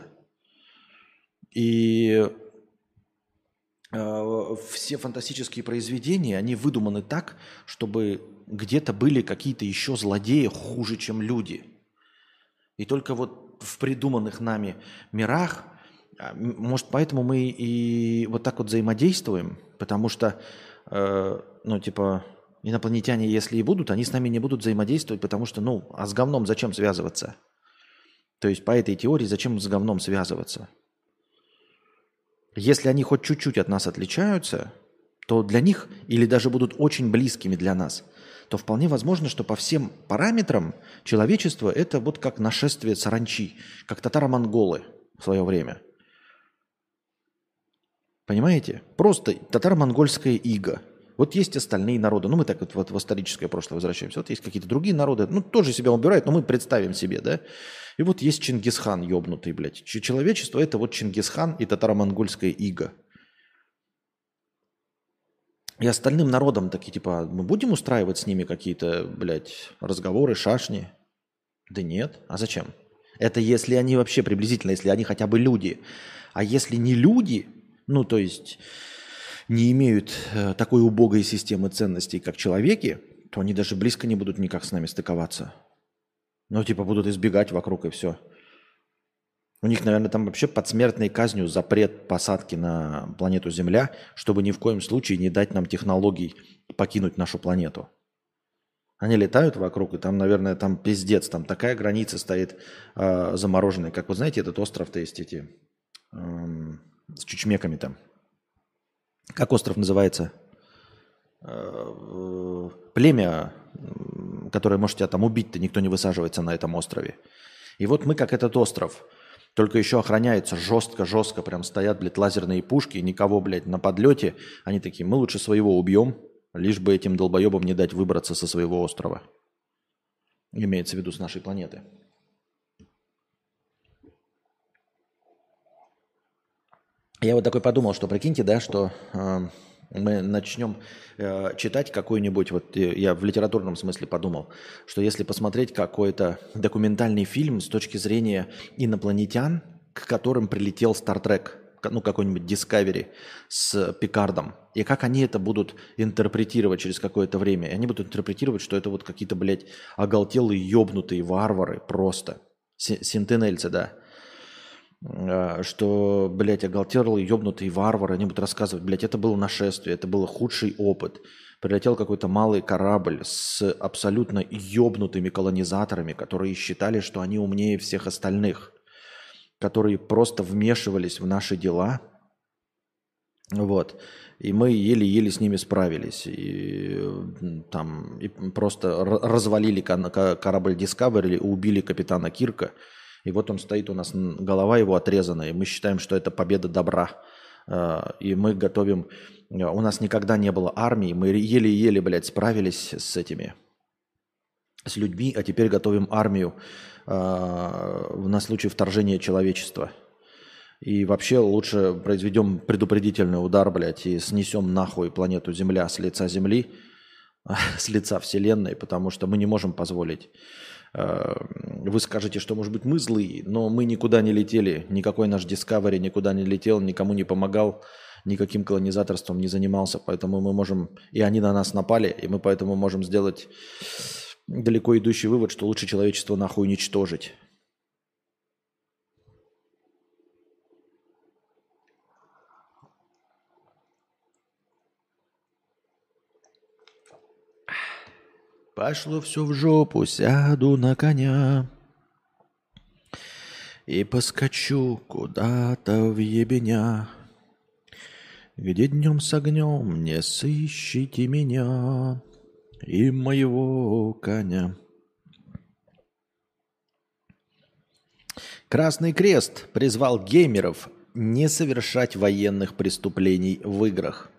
И все фантастические произведения, они выдуманы так, чтобы где-то были какие-то еще злодеи хуже, чем люди. И только вот в придуманных нами мирах, может, поэтому мы и вот так вот взаимодействуем, потому что, Инопланетяне, если и будут, они с нами не будут взаимодействовать, потому что, ну, а с говном зачем связываться? То есть по этой теории зачем с говном связываться? Если они хоть чуть-чуть от нас отличаются, то для них, или даже будут очень близкими для нас, то вполне возможно, что по всем параметрам человечество это вот как нашествие саранчи, как татаро-монголы в свое время. Понимаете? Просто татаро-монгольская ига. Вот есть остальные народы. Ну, мы так вот в историческое прошлое возвращаемся. Вот есть какие-то другие народы. Ну, тоже себя убирают, но мы представим себе, да? И вот есть Чингисхан ебнутый, блядь. Человечество – это вот Чингисхан и татаро-монгольская ига. И остальным народам такие, типа, мы будем устраивать с ними какие-то, блядь, разговоры, шашни? Да нет. А зачем? Это если они вообще приблизительно, если они хотя бы люди. А если не люди, ну, то есть не имеют такой убогой системы ценностей, как человеки, то они даже близко не будут никак с нами стыковаться. Ну, типа, будут избегать вокруг и все. У них, наверное, там вообще под смертной казнью запрет посадки на планету Земля, чтобы ни в коем случае не дать нам технологий покинуть нашу планету. Они летают вокруг, и там, наверное, там пиздец, там такая граница стоит замороженная. Как вы знаете, этот остров-то есть эти, с чучмеками там. Как остров называется? Племя, которое может тебя там убить-то, никто не высаживается на этом острове. И вот мы как этот остров, только еще охраняется жестко-жестко, прям стоят, блядь, лазерные пушки, никого, блядь, на подлете. Они такие, мы лучше своего убьем, лишь бы этим долбоебам не дать выбраться со своего острова. Имеется в виду с нашей планеты. Я вот такой подумал, что прикиньте, да, что мы начнем читать какой-нибудь, вот я в литературном смысле подумал, что если посмотреть какой-то документальный фильм с точки зрения инопланетян, к которым прилетел Стартрек, ну какой-нибудь Discovery с Пикардом, и как они это будут интерпретировать через какое-то время. И они будут интерпретировать, что это вот какие-то, блядь, оголтелые, ебнутые варвары просто. Сентинельцы, да. Что, блядь, оголтелые, ебнутые варвары, они будут рассказывать, блядь, это было нашествие, это был худший опыт. Прилетел какой-то малый корабль с абсолютно ебнутыми колонизаторами, которые считали, что они умнее всех остальных, которые просто вмешивались в наши дела, вот. И мы еле-еле с ними справились. И там и просто развалили корабль Discovery, убили капитана Кирка. И вот он стоит у нас, голова его отрезана, и мы считаем, что это победа добра. И мы готовим... У нас никогда не было армии, мы еле-еле, блядь, справились с этими, с людьми, а теперь готовим армию на случай вторжения человечества. И вообще лучше произведем предупредительный удар, блядь, и снесем нахуй планету Земля с лица Земли, с лица Вселенной, потому что мы не можем позволить. Вы скажете, что, может быть, мы злые, но мы никуда не летели, никакой наш Discovery никуда не летел, никому не помогал, никаким колонизаторством не занимался, поэтому мы можем, и они на нас напали, и мы поэтому можем сделать далеко идущий вывод, что лучше человечество нахуй уничтожить. Пошло все в жопу, сяду на коня и поскочу куда-то в ебеня, где днем с огнем не сыщите меня и моего коня. Красный Крест призвал геймеров не совершать военных преступлений в играх.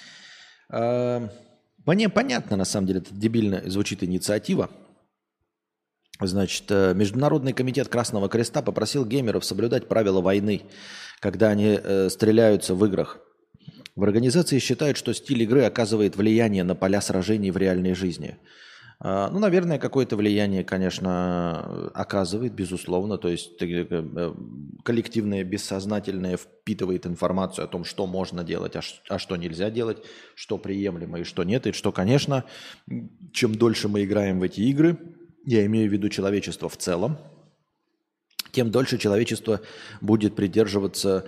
Мне понятно, на самом деле, это дебильно звучит инициатива. Значит, Международный комитет Красного Креста попросил геймеров соблюдать правила войны, когда они стреляются в играх. В организации считают, что стиль игры оказывает влияние на поля сражений в реальной жизни. Ну, наверное, какое-то влияние, конечно, оказывает, безусловно. То есть коллективное бессознательное впитывает информацию о том, что можно делать, а что нельзя делать, что приемлемо и что нет. И что, конечно, чем дольше мы играем в эти игры, я имею в виду человечество в целом, тем дольше человечество будет придерживаться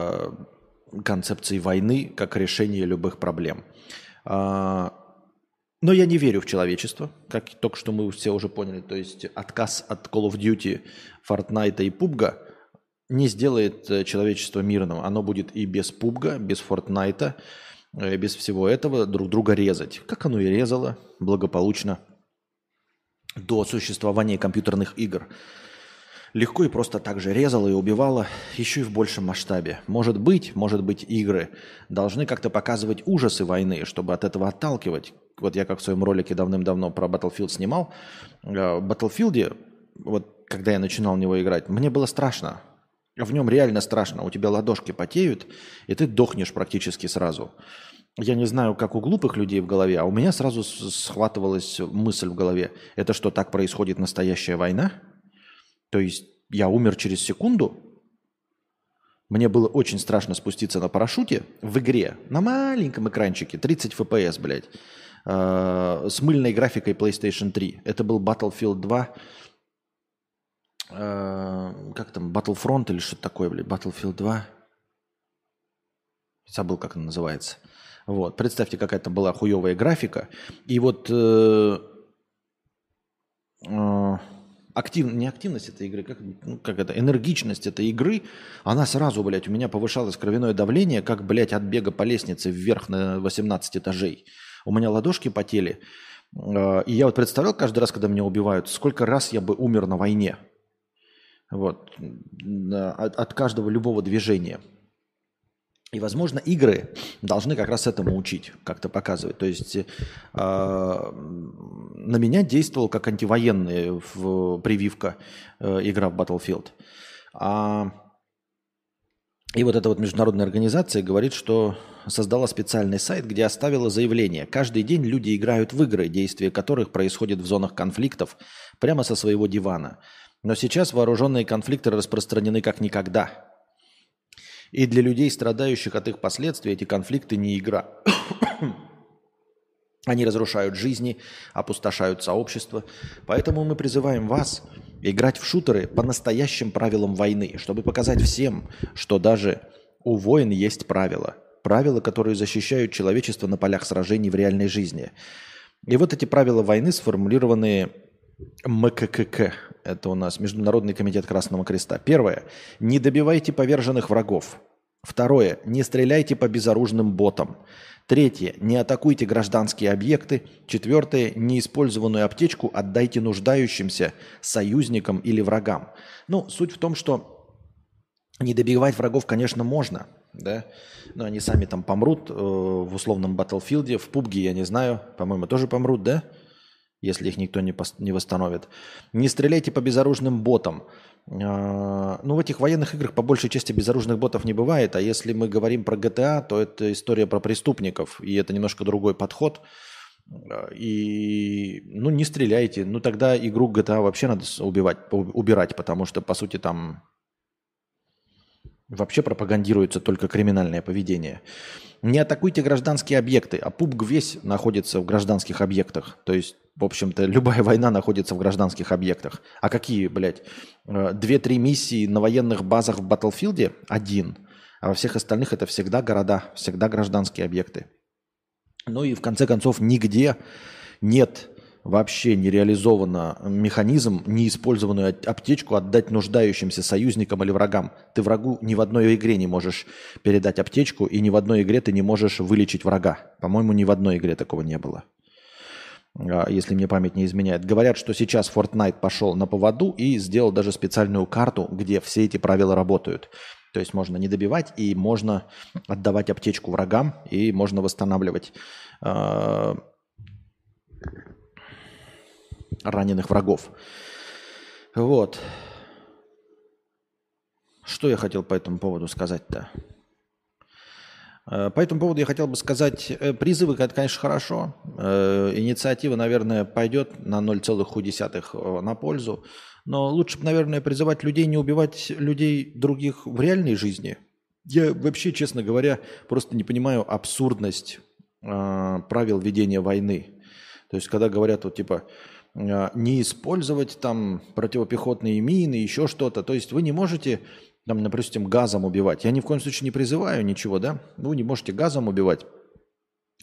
концепции войны как решения любых проблем. Но я не верю в человечество, как только что мы все уже поняли. То есть отказ от Call of Duty, Fortnite и PUBG не сделает человечество мирным. Оно будет и без PUBG, без Fortnite, без всего этого друг друга резать. Как оно и резало благополучно до существования компьютерных игр. Легко и просто так же резало и убивало, еще и в большем масштабе. Может быть, игры должны как-то показывать ужасы войны, чтобы от этого отталкивать. Вот я как в своем ролике давным-давно про Battlefield снимал. В Battlefield, вот когда я начинал в него играть, мне было страшно. В нем реально страшно. У тебя ладошки потеют, и ты дохнешь практически сразу. Я не знаю, как у глупых людей в голове, а у меня сразу схватывалась мысль в голове. Это что, так происходит настоящая война? То есть я умер через секунду? Мне было очень страшно спуститься на парашюте в игре, на маленьком экранчике, 30 FPS, блядь, с мыльной графикой PlayStation 3. Это был Battlefield 2, как там, Battlefront или что-то такое, блядь, Battlefield 2. Забыл, как она называется. Вот, представьте, какая-то была хуевая графика. И вот неактивность этой игры, как это, энергичность этой игры, она сразу, блядь, у меня повышалось кровяное давление, как, блядь, от бега по лестнице вверх на 18 этажей. У меня ладошки потели. И я вот представлял каждый раз, когда меня убивают, сколько раз я бы умер на войне. Вот. От каждого любого движения. И, возможно, игры должны как раз этому учить, как-то показывать. То есть на меня действовал как антивоенная прививка игра в Battlefield. И вот эта вот международная организация говорит, что создала специальный сайт, где оставила заявление. Каждый день люди играют в игры, действия которых происходят в зонах конфликтов прямо со своего дивана. Но сейчас вооруженные конфликты распространены как никогда. И для людей, страдающих от их последствий, эти конфликты не игра. Они разрушают жизни, опустошают сообщества. Поэтому мы призываем вас играть в шутеры по настоящим правилам войны, чтобы показать всем, что даже у войн есть правила. Правила, которые защищают человечество на полях сражений в реальной жизни. И вот эти правила войны сформулированы МКК. Это у нас Международный комитет Красного Креста. Первое. Не добивайте поверженных врагов. Второе. Не стреляйте по безоружным ботам. Третье. Не атакуйте гражданские объекты. Четвертое. Неиспользованную аптечку отдайте нуждающимся, союзникам или врагам. Ну, суть в том, что не добивать врагов, конечно, можно, да, но они сами там помрут в условном Battlefield, в PUBG, я не знаю, по-моему, тоже помрут, да, если их никто не восстановит. Не стреляйте по безоружным ботам. Ну, в этих военных играх по большей части безоружных ботов не бывает, а если мы говорим про GTA, то это история про преступников, и это немножко другой подход. И, ну, не стреляйте. Ну, тогда игру GTA вообще надо убирать, потому что, по сути, там вообще пропагандируется только криминальное поведение. Не атакуйте гражданские объекты, а PUBG весь находится в гражданских объектах. То есть, в общем-то, любая война находится в гражданских объектах. А какие, блядь, 2-3 миссии на военных базах в Battlefield? Один. А во всех остальных это всегда города, всегда гражданские объекты. Ну и в конце концов нигде нет вообще не реализован механизм неиспользованную аптечку отдать нуждающимся союзникам или врагам. Ты врагу ни в одной игре не можешь передать аптечку, и ни в одной игре ты не можешь вылечить врага. По-моему, ни в одной игре такого не было, если мне память не изменяет. Говорят, что сейчас Fortnite пошел на поводу и сделал даже специальную карту, где все эти правила работают. То есть можно не добивать, и можно отдавать аптечку врагам, и можно восстанавливать раненых врагов. Вот. Что я хотел по этому поводу сказать-то? По этому поводу я хотел бы сказать, призывы, это, конечно, хорошо. Инициатива, наверное, пойдет на 0,1 на пользу. Но лучше бы, наверное, призывать людей не убивать людей других в реальной жизни. Я вообще, честно говоря, просто не понимаю абсурдность правил ведения войны. То есть, когда говорят, вот типа, не использовать там противопехотные мины, еще что-то. То есть вы не можете, там, допустим, газом убивать. Я ни в коем случае не призываю ничего, да? Вы не можете газом убивать.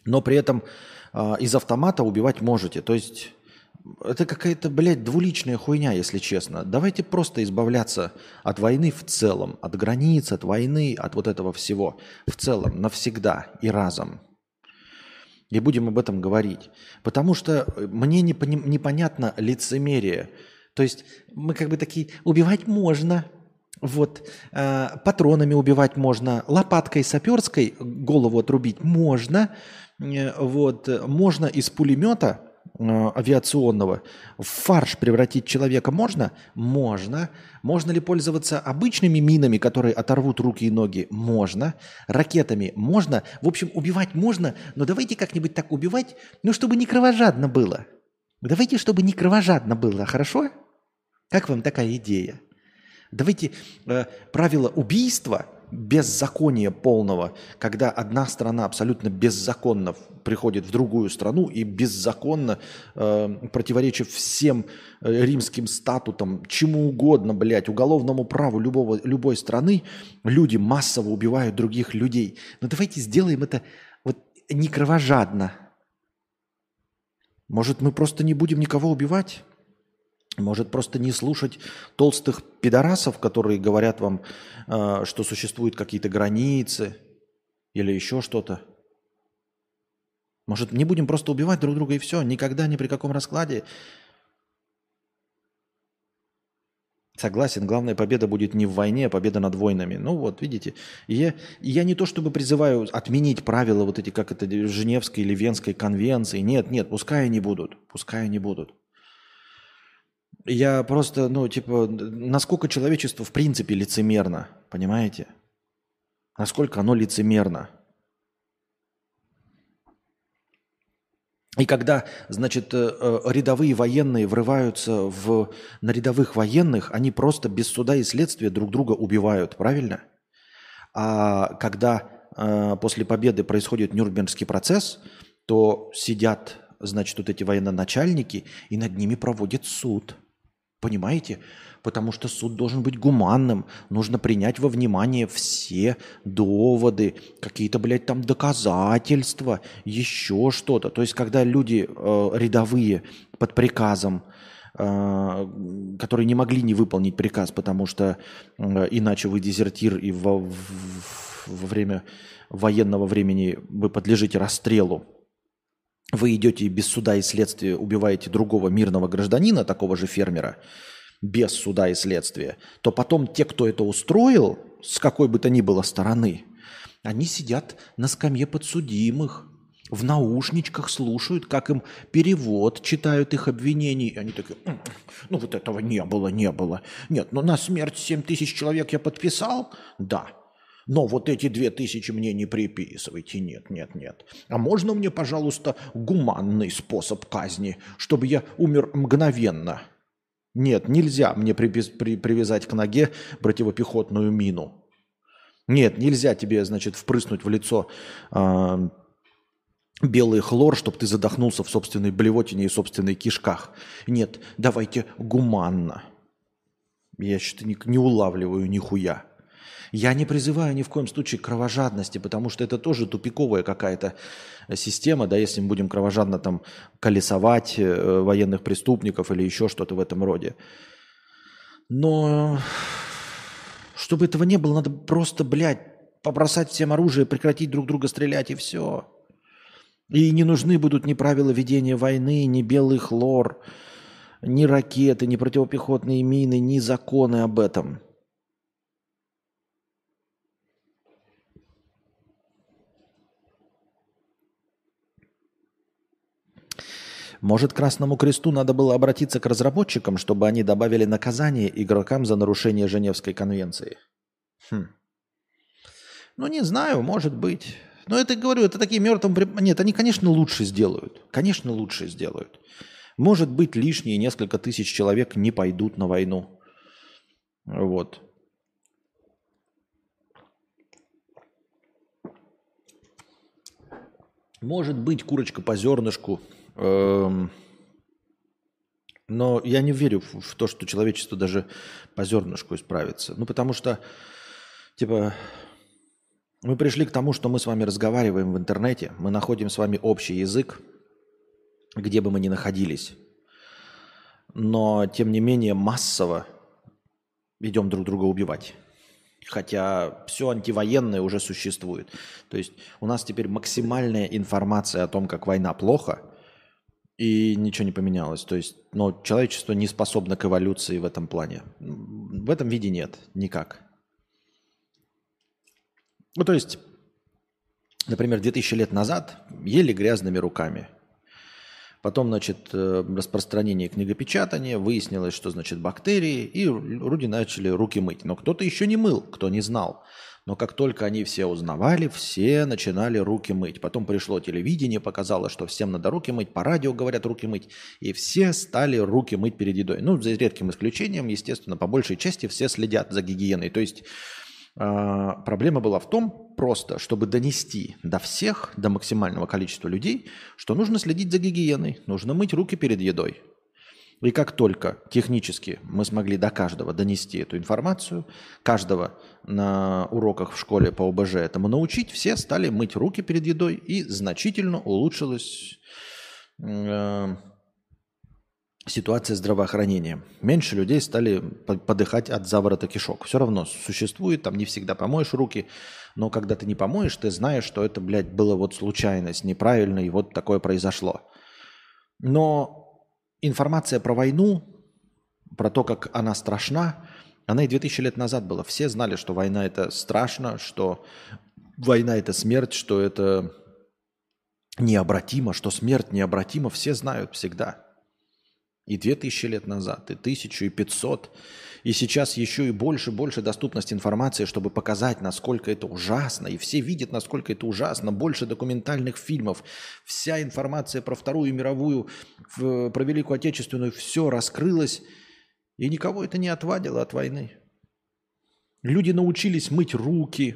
но при этом из автомата убивать можете. То есть это какая-то, блядь, двуличная хуйня, если честно. Давайте просто избавляться от войны в целом, от границ, от войны, от вот этого всего в целом, навсегда и разом. И будем об этом говорить. Потому что мне непонятно лицемерие. То есть мы как бы такие, убивать можно, вот, патронами убивать можно, лопаткой саперской голову отрубить можно, вот, можно из пулемета авиационного в фарш превратить человека можно? Можно. Можно ли пользоваться обычными минами, которые оторвут руки и ноги? Можно. Ракетами? Можно. В общем, убивать можно, но давайте как-нибудь так убивать, ну, чтобы не кровожадно было. Давайте, чтобы не кровожадно было, хорошо? Как вам такая идея? Давайте правила убийства, беззакония полного, когда одна страна абсолютно беззаконно приходит в другую страну и беззаконно, противоречив всем римским статутам, чему угодно, блядь, уголовному праву любой страны, люди массово убивают других людей. Но давайте сделаем это вот не кровожадно. Может, мы просто не будем никого убивать? Может, просто не слушать толстых пидорасов, которые говорят вам, что существуют какие-то границы или еще что-то? Может, не будем просто убивать друг друга и все? Никогда, ни при каком раскладе? Согласен, главная победа будет не в войне, а победа над войнами. Ну вот, видите. Я не то чтобы призываю отменить правила вот эти, как это, Женевской или Венской конвенции. Нет, нет, пускай они будут. Пускай они будут. Я просто, ну, типа, насколько человечество в принципе лицемерно, понимаете? Насколько оно лицемерно. И когда, значит, рядовые военные врываются на рядовых военных, они просто без суда и следствия друг друга убивают, правильно? А когда после победы происходит Нюрнбергский процесс, то сидят, значит, вот эти военноначальники и над ними проводят суд. Понимаете? Потому что суд должен быть гуманным. Нужно принять во внимание все доводы, какие-то, блядь, там доказательства, еще что-то. То есть, когда люди рядовые под приказом, которые не могли не выполнить приказ, потому что иначе вы дезертир и во время военного времени вы подлежите расстрелу, вы идете и без суда и следствия убиваете другого мирного гражданина, такого же фермера, без суда и следствия, то потом те, кто это устроил, с какой бы то ни было стороны, они сидят на скамье подсудимых, в наушничках слушают, как им перевод читают их обвинений. И они такие, ну вот этого не было, не было. Нет, но на смерть 7 тысяч человек я подписал? Да. Но вот эти 2000 мне не приписывайте. Нет, нет, нет. А можно мне, пожалуйста, гуманный способ казни, чтобы я умер мгновенно? Нет, нельзя мне привязать к ноге противопехотную мину. Нет, нельзя тебе, значит, впрыснуть в лицо белый хлор, чтобы ты задохнулся в собственной блевотине и собственных кишках. Нет, давайте гуманно. Я что-то не улавливаю нихуя. Я не призываю ни в коем случае к кровожадности, потому что это тоже тупиковая какая-то система, да, если мы будем кровожадно там колесовать военных преступников или еще что-то в этом роде. Но чтобы этого не было, надо просто, блядь, побросать всем оружие, прекратить друг друга стрелять и все. И не нужны будут ни правила ведения войны, ни белый хлор, ни ракеты, ни противопехотные мины, ни законы об этом. Может, Красному Кресту надо было обратиться к разработчикам, чтобы они добавили наказание игрокам за нарушение Женевской конвенции? Ну, не знаю, может быть. Но это, говорю, это такие мертвым... Нет, они, конечно, лучше сделают. Конечно, лучше сделают. Может быть, лишние несколько тысяч человек не пойдут на войну. Вот. Может быть, курочка по зернышку. Но я не верю в то, что человечество даже по зернышку исправится. Ну, потому что, типа, Мы пришли к тому, что мы с вами разговариваем в интернете, мы находим с вами общий язык, где бы мы ни находились. Но, тем не менее, массово идем друг друга убивать. Хотя все антивоенное уже существует. То есть у нас теперь максимальная информация о том, как война плохо, и ничего не поменялось. То есть, но человечество не способно к эволюции в этом плане. В этом виде нет, никак. Ну, то есть, например, 2000 лет назад ели грязными руками. Потом, значит, распространение книгопечатания, выяснилось, что, значит, бактерии, и люди начали руки мыть. Но кто-то еще не мыл, кто не знал. Но как только они все узнавали, все начинали руки мыть. Потом пришло телевидение, показало, что всем надо руки мыть, по радио говорят руки мыть, и все стали руки мыть перед едой. Ну, за редким исключением, естественно, по большей части все следят за гигиеной. То есть проблема была в том просто, чтобы донести до всех, до максимального количества людей, что нужно следить за гигиеной, нужно мыть руки перед едой. И как только технически мы смогли до каждого донести эту информацию, каждого на уроках в школе по ОБЖ этому научить, все стали мыть руки перед едой, и значительно улучшилась ситуация здравоохранения. Меньше людей стали подыхать от заворота кишок. Все равно существует, там не всегда помоешь руки, но когда ты не помоешь, ты знаешь, что это, блядь, было вот случайность, неправильно, и вот такое произошло. Но информация про войну, про то, как она страшна, она и 2000 лет назад была. Все знали, что война – это страшно, что война – это смерть, что это необратимо, что смерть необратима. Все знают всегда. И 2000 лет назад, и 1000, и 500. И сейчас еще и больше доступность информации, чтобы показать, насколько это ужасно. И все видят, насколько это ужасно. Больше документальных фильмов. Вся информация про Вторую мировую, про Великую Отечественную, все раскрылось. И никого это не отвадило от войны. Люди научились мыть руки.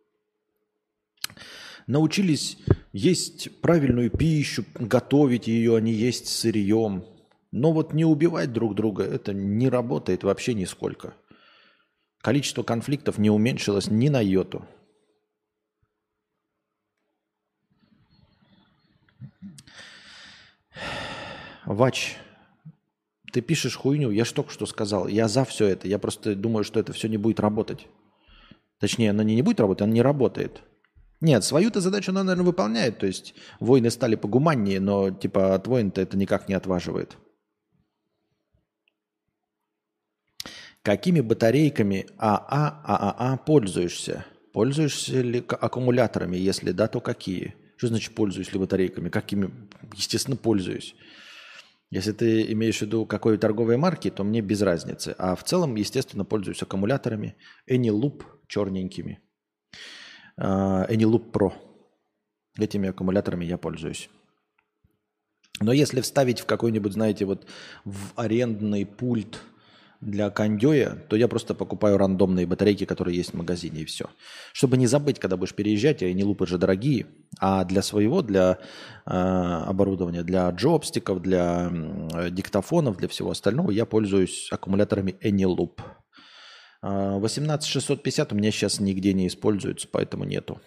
Научились есть правильную пищу, готовить ее, а не есть сырьем. Но вот не убивать друг друга, это не работает вообще нисколько. Количество конфликтов не уменьшилось ни на йоту. Вач, ты пишешь хуйню, я же только что сказал. Я за все это, я просто думаю, что это все не будет работать. Точнее, оно не будет работать, оно не работает. Нет, свою-то задачу она, наверное, выполняет. То есть войны стали погуманнее, но типа от войн-то это никак не отваживает. Какими батарейками ААА пользуешься? Пользуешься ли аккумуляторами? Если да, то какие? Что значит пользуюсь ли батарейками? Какими? Естественно, пользуюсь. Если ты имеешь в виду какой торговой марки, то мне без разницы. А в целом, естественно, пользуюсь аккумуляторами. Eneloop черненькими. Eneloop Pro. Этими аккумуляторами я пользуюсь. Но если вставить в какой-нибудь, знаете, вот в арендный пульт для кондея, то я просто покупаю рандомные батарейки, которые есть в магазине, и все. Чтобы не забыть, когда будешь переезжать, а не лупы же дорогие, а для своего, для оборудования, для джойстиков, для диктофонов, для всего остального я пользуюсь аккумуляторами Eneloop. 18650 у меня сейчас нигде не используется, поэтому нету.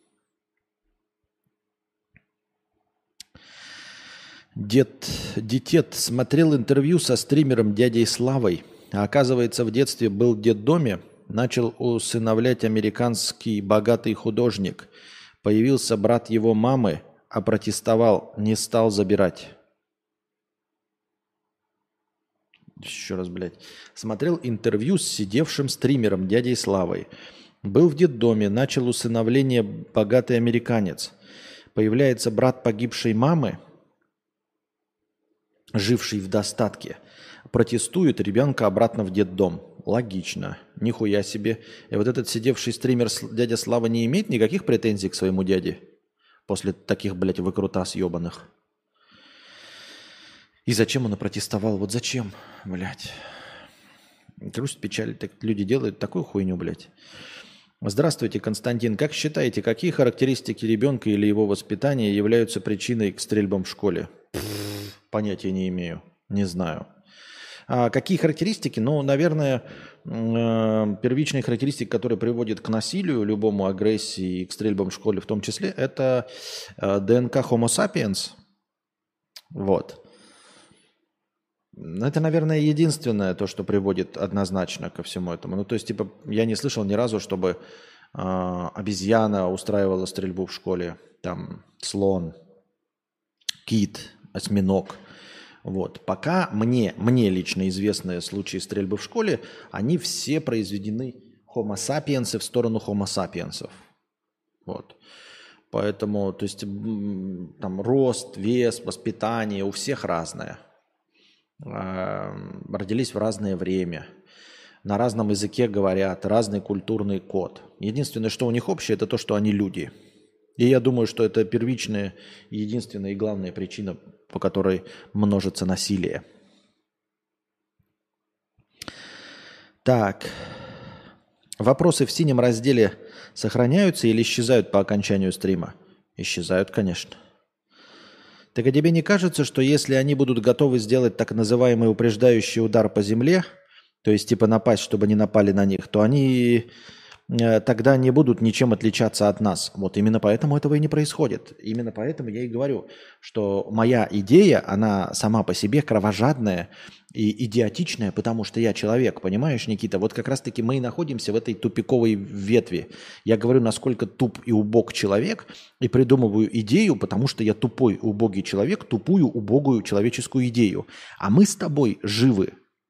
Дитет смотрел интервью со стримером дядей Славой. А оказывается, в детстве был в детдоме, начал усыновлять американский богатый художник. Появился брат его мамы, опротестовал, не стал забирать. Еще раз, блядь. Смотрел интервью с сидевшим стримером дядей Славой. Был в детдоме, начал усыновление богатый американец. Появляется брат погибшей мамы, живший в достатке. Протестует, ребенка обратно в детдом. Логично. Нихуя себе. И вот этот сидевший стример дядя Слава не имеет никаких претензий к своему дяде? После таких, блядь, выкрутас ебаных. И зачем он опротестовал? Вот зачем, блядь? Грусть, печаль. Так люди делают такую хуйню, блядь. Здравствуйте, Константин. Как считаете, какие характеристики ребенка или его воспитания являются причиной к стрельбам в школе? Понятия не имею. Не знаю. Какие характеристики? Ну, наверное, первичные характеристики, которые приводят к насилию, любому агрессии и к стрельбам в школе в том числе, это ДНК Homo sapiens. Вот. Это, наверное, единственное то, что приводит однозначно ко всему этому. Ну, то есть, типа, я не слышал ни разу, чтобы обезьяна устраивала стрельбу в школе, там, слон, кит, осьминог. Вот. Пока мне лично известные случаи стрельбы в школе, они все произведены Homo sapiens в сторону Homo sapiens. Вот. Поэтому, то есть, там рост, вес, воспитание у всех разное. Родились в разное время. На разном языке говорят, разный культурный код. Единственное, что у них общее, это то, что они люди. И я думаю, что это первичная, единственная и главная причина, по которой множится насилие. Так. Вопросы в синем разделе сохраняются или исчезают по окончанию стрима? Исчезают, конечно. Так а тебе не кажется, что если они будут готовы сделать так называемый упреждающий удар по земле, то есть типа напасть, чтобы не напали на них, то они тогда не будут ничем отличаться от нас. Вот именно поэтому этого и не происходит. Именно поэтому я и говорю, что моя идея, она сама по себе кровожадная и идиотичная, потому что я человек, понимаешь, Никита? Вот как раз-таки мы и находимся в этой тупиковой ветви. Я говорю, насколько туп и убог человек, и придумываю идею, потому что я тупой, убогий человек, тупую, убогую человеческую идею. А мы с тобой живы.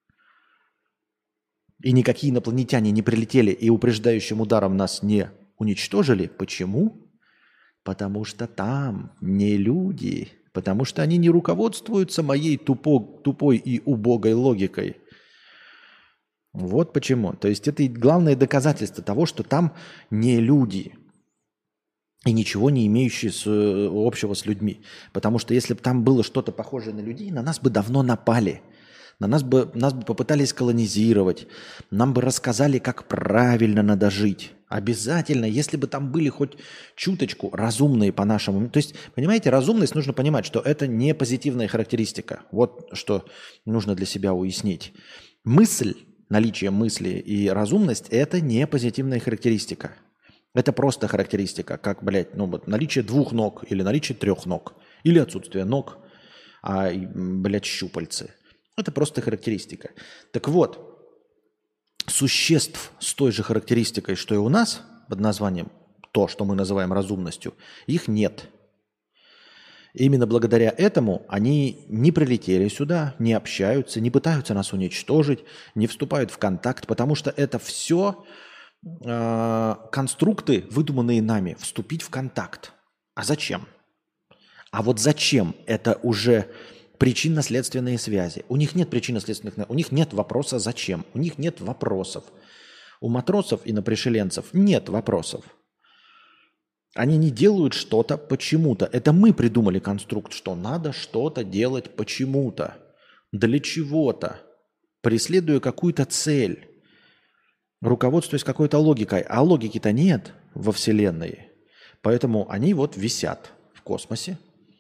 И никакие инопланетяне не прилетели и упреждающим ударом нас не уничтожили. Почему? Потому что там не люди. Потому что они не руководствуются моей тупой и убогой логикой. Вот почему. То есть это главное доказательство того, что там не люди. И ничего не имеющие общего с людьми. Потому что если бы там было что-то похожее на людей, на нас бы давно напали. Нас бы попытались колонизировать, нам бы рассказали, как правильно надо жить. Обязательно, если бы там были хоть чуточку разумные по-нашему. То есть, понимаете, разумность нужно понимать, что это не позитивная характеристика. Вот что нужно для себя уяснить. Мысль, наличие мысли и разумность – это не позитивная характеристика. Это просто характеристика, как, вот наличие 2 ног или наличие 3 ног. Или отсутствие ног, щупальцы. Это просто характеристика. Так вот, существ с той же характеристикой, что и у нас, под названием то, что мы называем разумностью, их нет. Именно благодаря этому они не прилетели сюда, не общаются, не пытаются нас уничтожить, не вступают в контакт, потому что это все конструкты, выдуманные нами, вступить в контакт. А зачем? А вот зачем? Это уже причинно-следственные связи. У них нет причинно-следственных, у них нет вопроса «зачем?». У них нет вопросов. У матросов и инопришеленцев нет вопросов. Они не делают что-то почему-то. Это мы придумали конструкт, что надо что-то делать почему-то, для чего-то, преследуя какую-то цель, руководствуясь какой-то логикой. А логики-то нет во Вселенной. Поэтому они вот висят в космосе,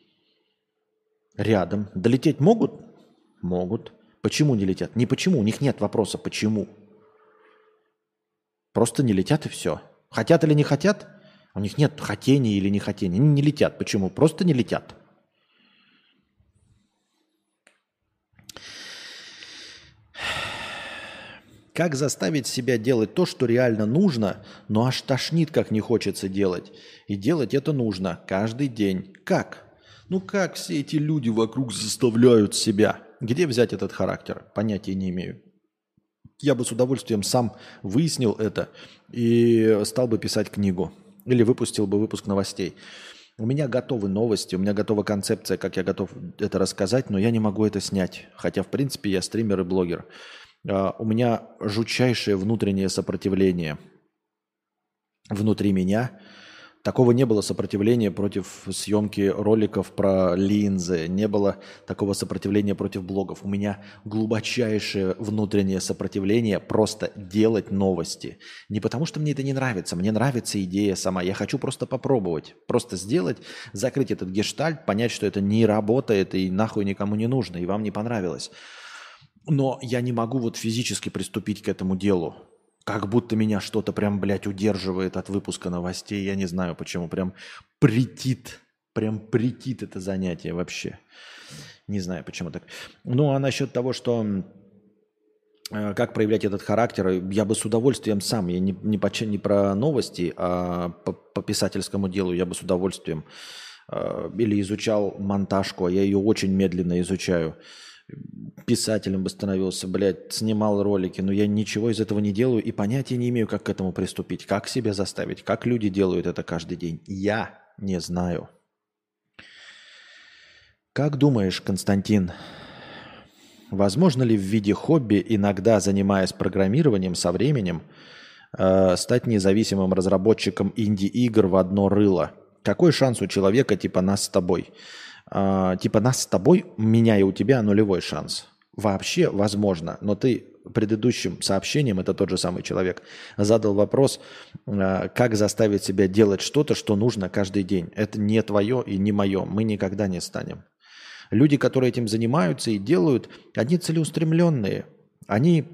рядом. Долететь могут? Могут. Почему не летят? Не почему. У них нет вопроса почему. Просто не летят и все. Хотят или не хотят? У них нет хотения или не хотения. Они не летят. Почему? Просто не летят. Как заставить себя делать то, что реально нужно, но аж тошнит, как не хочется делать. И делать это нужно каждый день. Как? Ну как все эти люди вокруг заставляют себя? Где взять этот характер? Понятия не имею. Я бы с удовольствием сам выяснил это и стал бы писать книгу. Или выпустил бы выпуск новостей. У меня готовы новости, у меня готова концепция, как я готов это рассказать, но я не могу это снять. Хотя, в принципе, я стример и блогер. У меня жутчайшее внутреннее сопротивление внутри меня. Такого не было сопротивления против съемки роликов про линзы, не было такого сопротивления против блогов. У меня глубочайшее внутреннее сопротивление просто делать новости. Не потому, что мне это не нравится, мне нравится идея сама. Я хочу просто попробовать, просто сделать, закрыть этот гештальт, понять, что это не работает и нахуй никому не нужно, и вам не понравилось. Но я не могу вот физически приступить к этому делу. Как будто меня что-то прям, блядь, удерживает от выпуска новостей. Я не знаю почему. Прям претит. Прям претит это занятие вообще. Не знаю, почему так. Ну, а насчет того, что как проявлять этот характер, я бы с удовольствием сам, я не про новости, а по писательскому делу я бы с удовольствием или изучал монтажку, а я ее очень медленно изучаю. Писателем бы становился, блядь, снимал ролики, но я ничего из этого не делаю и понятия не имею, как к этому приступить, как себя заставить, как люди делают это каждый день. Я не знаю. Как думаешь, Константин, возможно ли в виде хобби, иногда занимаясь программированием со временем, стать независимым разработчиком инди-игр в одно рыло? Какой шанс у человека типа нас с тобой? Типа нас с тобой, меня и у тебя нулевой шанс. Вообще возможно, но ты предыдущим сообщением, это тот же самый человек, задал вопрос, как заставить себя делать что-то, что нужно каждый день. Это не твое и не мое, мы никогда не станем. Люди, которые этим занимаются и делают, они целеустремленные, они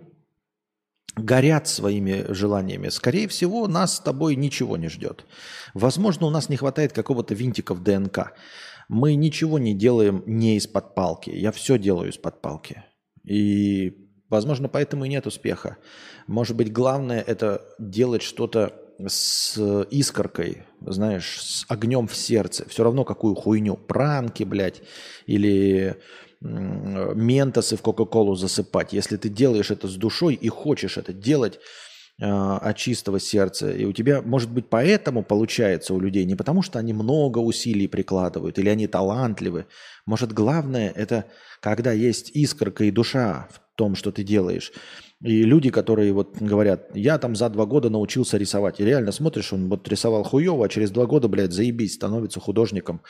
горят своими желаниями. Скорее всего, нас с тобой ничего не ждет. Возможно, у нас не хватает какого-то винтика в ДНК. Мы ничего не делаем не из-под палки. Я все делаю из-под палки. И, возможно, поэтому и нет успеха. Может быть, главное – это делать что-то с искоркой, знаешь, с огнем в сердце. Все равно какую хуйню. Пранки, блядь, или ментосы в Кока-Колу засыпать. Если ты делаешь это с душой и хочешь это делать от чистого сердца, и у тебя, может быть, поэтому получается у людей, не потому что они много усилий прикладывают или они талантливы. Может, главное – это когда есть искорка и душа в том, что ты делаешь. И люди, которые вот говорят, я там за 2 года научился рисовать. И реально смотришь, он вот рисовал хуево, а через 2 года, блядь, заебись, становится художником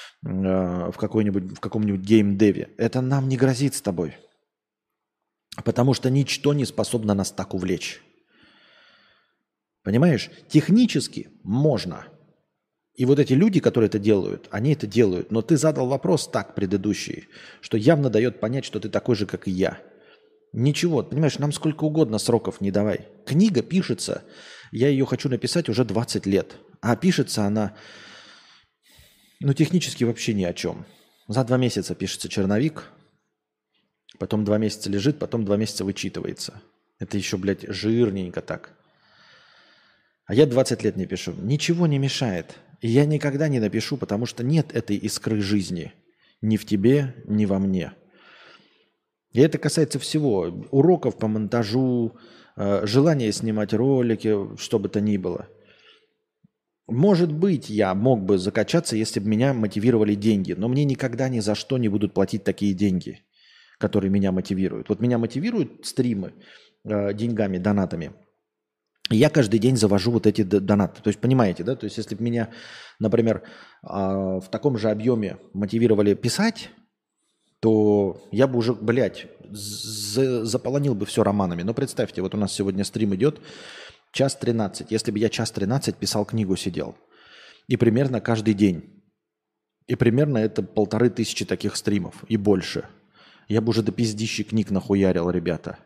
в каком-нибудь геймдеве. Это нам не грозит с тобой. Потому что ничто не способно нас так увлечь. Понимаешь? Технически можно. И вот эти люди, которые это делают, они это делают. Но ты задал вопрос так предыдущий, что явно дает понять, что ты такой же, как и я. Ничего, понимаешь, нам сколько угодно сроков не давай. Книга пишется, я ее хочу написать уже 20 лет. А пишется она, технически вообще ни о чем. За 2 месяца пишется черновик, потом 2 месяца лежит, потом 2 месяца вычитывается. Это еще, блядь, жирненько так. А я 20 лет не пишу. Ничего не мешает. И я никогда не напишу, потому что нет этой искры жизни. Ни в тебе, ни во мне. И это касается всего. Уроков по монтажу, желания снимать ролики, что бы то ни было. Может быть, я мог бы закачаться, если бы меня мотивировали деньги. Но мне никогда ни за что не будут платить такие деньги, которые меня мотивируют. Вот меня мотивируют стримы деньгами, донатами. Я каждый день завожу вот эти донаты. То есть, понимаете, да? То есть, если бы меня, например, в таком же объеме мотивировали писать, то я бы уже, блядь, заполонил бы все романами. Но представьте, вот у нас сегодня стрим идет 1:13. Если бы я 1:13 писал книгу, сидел. И примерно каждый день. И примерно это 1500 таких стримов. И больше. Я бы уже до пиздищи книг нахуярил, ребята.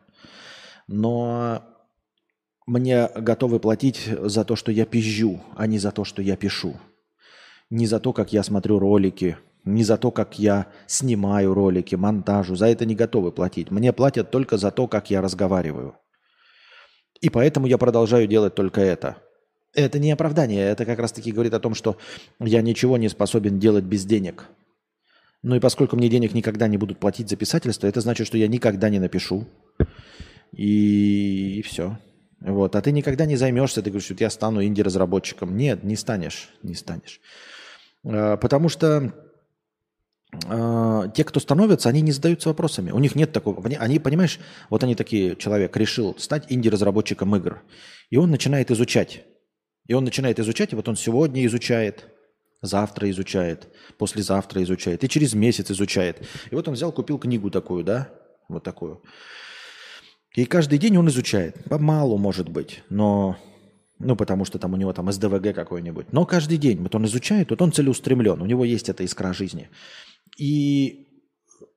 Но мне готовы платить за то, что я пизжу, а не за то, что я пишу. Не за то, как я смотрю ролики, не за то, как я снимаю ролики, монтажу. За это не готовы платить. Мне платят только за то, как я разговариваю. И поэтому я продолжаю делать только это. Это не оправдание, это как раз-таки говорит о том, что я ничего не способен делать без денег. Ну и поскольку мне денег никогда не будут платить за писательство, это значит, что я никогда не напишу. И все. Вот. А ты никогда не займешься, ты говоришь, что я стану инди-разработчиком. Нет, не станешь, не станешь. Потому что те, кто становятся, они не задаются вопросами. У них нет такого. Они, понимаешь, вот они такие, человек решил стать инди-разработчиком игр. И он начинает изучать. И вот он сегодня изучает, завтра изучает, послезавтра изучает, и через месяц изучает. И вот он взял, купил книгу такую, да, вот такую. И каждый день он изучает. Помалу, может быть, но... потому что там у него там СДВГ какой-нибудь. Но каждый день вот он изучает, вот он целеустремлен, у него есть эта искра жизни. И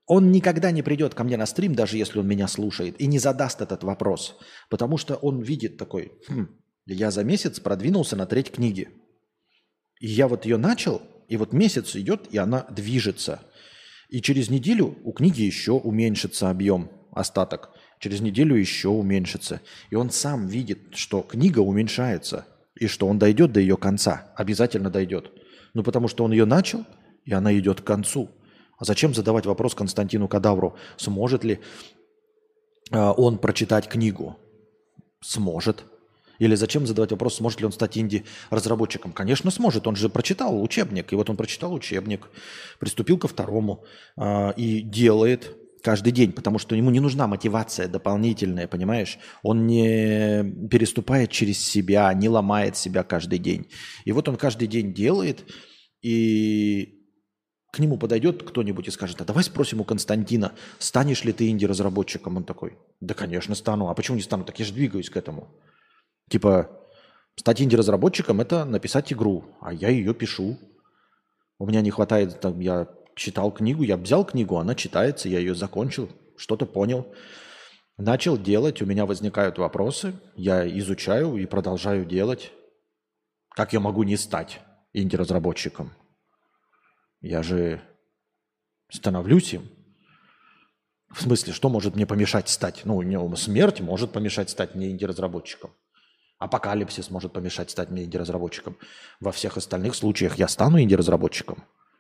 Он никогда не придет ко мне на стрим, даже если он меня слушает, и не задаст этот вопрос. Потому что он видит такой, я за месяц продвинулся на треть книги. И я вот ее начал, и вот месяц идет, и она движется. И через неделю у книги еще уменьшится объем, остаток. Через неделю еще уменьшится. И он сам видит, что книга уменьшается, и что он дойдет до ее конца. Обязательно дойдет. Ну, потому что он ее начал, и она идет к концу. А зачем задавать вопрос Константину Кадавру, сможет ли он прочитать книгу? Сможет. Или зачем задавать вопрос, сможет ли он стать инди-разработчиком? Конечно, сможет. Он же прочитал учебник. И вот он прочитал учебник, приступил ко второму и делает каждый день, потому что ему не нужна мотивация дополнительная, понимаешь? Он не переступает через себя, не ломает себя каждый день. И вот он каждый день делает, и к нему подойдет кто-нибудь и скажет, а давай спросим у Константина, станешь ли ты инди-разработчиком? Он такой, да, конечно, стану. А почему не стану? Так я же двигаюсь к этому. Типа, стать инди-разработчиком – это написать игру, а я ее пишу. У меня не хватает, там, я читал книгу, я взял книгу, она читается, я ее закончил, что-то понял. Начал делать, у меня возникают вопросы, я изучаю и продолжаю делать. Как я могу не стать инди-разработчиком? Я же становлюсь им. В смысле, что может мне помешать стать? Ну, смерть может помешать стать мне инди-разработчиком. Апокалипсис может помешать стать мне инди-разработчиком. Во всех остальных случаях я стану инди-разработчиком.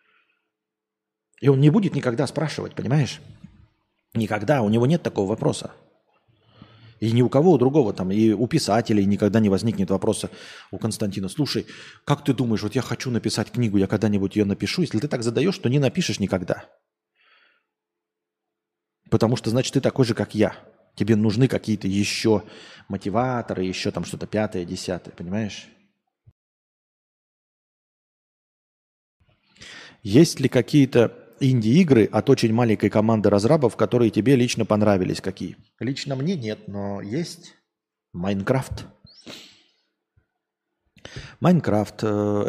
И он не будет никогда спрашивать, понимаешь? Никогда. У него нет такого вопроса. И ни у кого у другого там, и у писателей никогда не возникнет вопроса у Константина. Слушай, как ты думаешь, вот я хочу написать книгу, я когда-нибудь ее напишу? Если ты так задаешь, то не напишешь никогда. Потому что, значит, ты такой же, как я. Тебе нужны какие-то еще мотиваторы, еще там что-то пятое, десятое, понимаешь? Есть ли какие-то инди-игры от очень маленькой команды разрабов, которые тебе лично понравились? Какие? Лично мне нет, но есть Майнкрафт. Майнкрафт,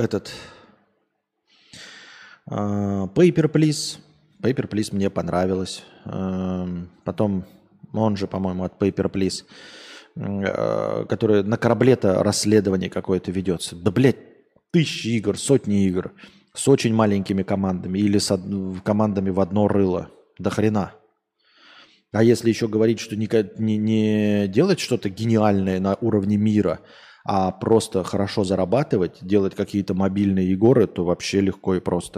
Paper Please. Paper Please мне понравилось. Потом, он же, по-моему, от Paper Please, который на корабле-то расследование какое-то ведется. Да, блядь, тысячи игр, сотни игр с очень маленькими командами или с командами в одно рыло. До хрена. А если еще говорить, что не делать что-то гениальное на уровне мира, а просто хорошо зарабатывать, делать какие-то мобильные игры, то вообще легко и просто.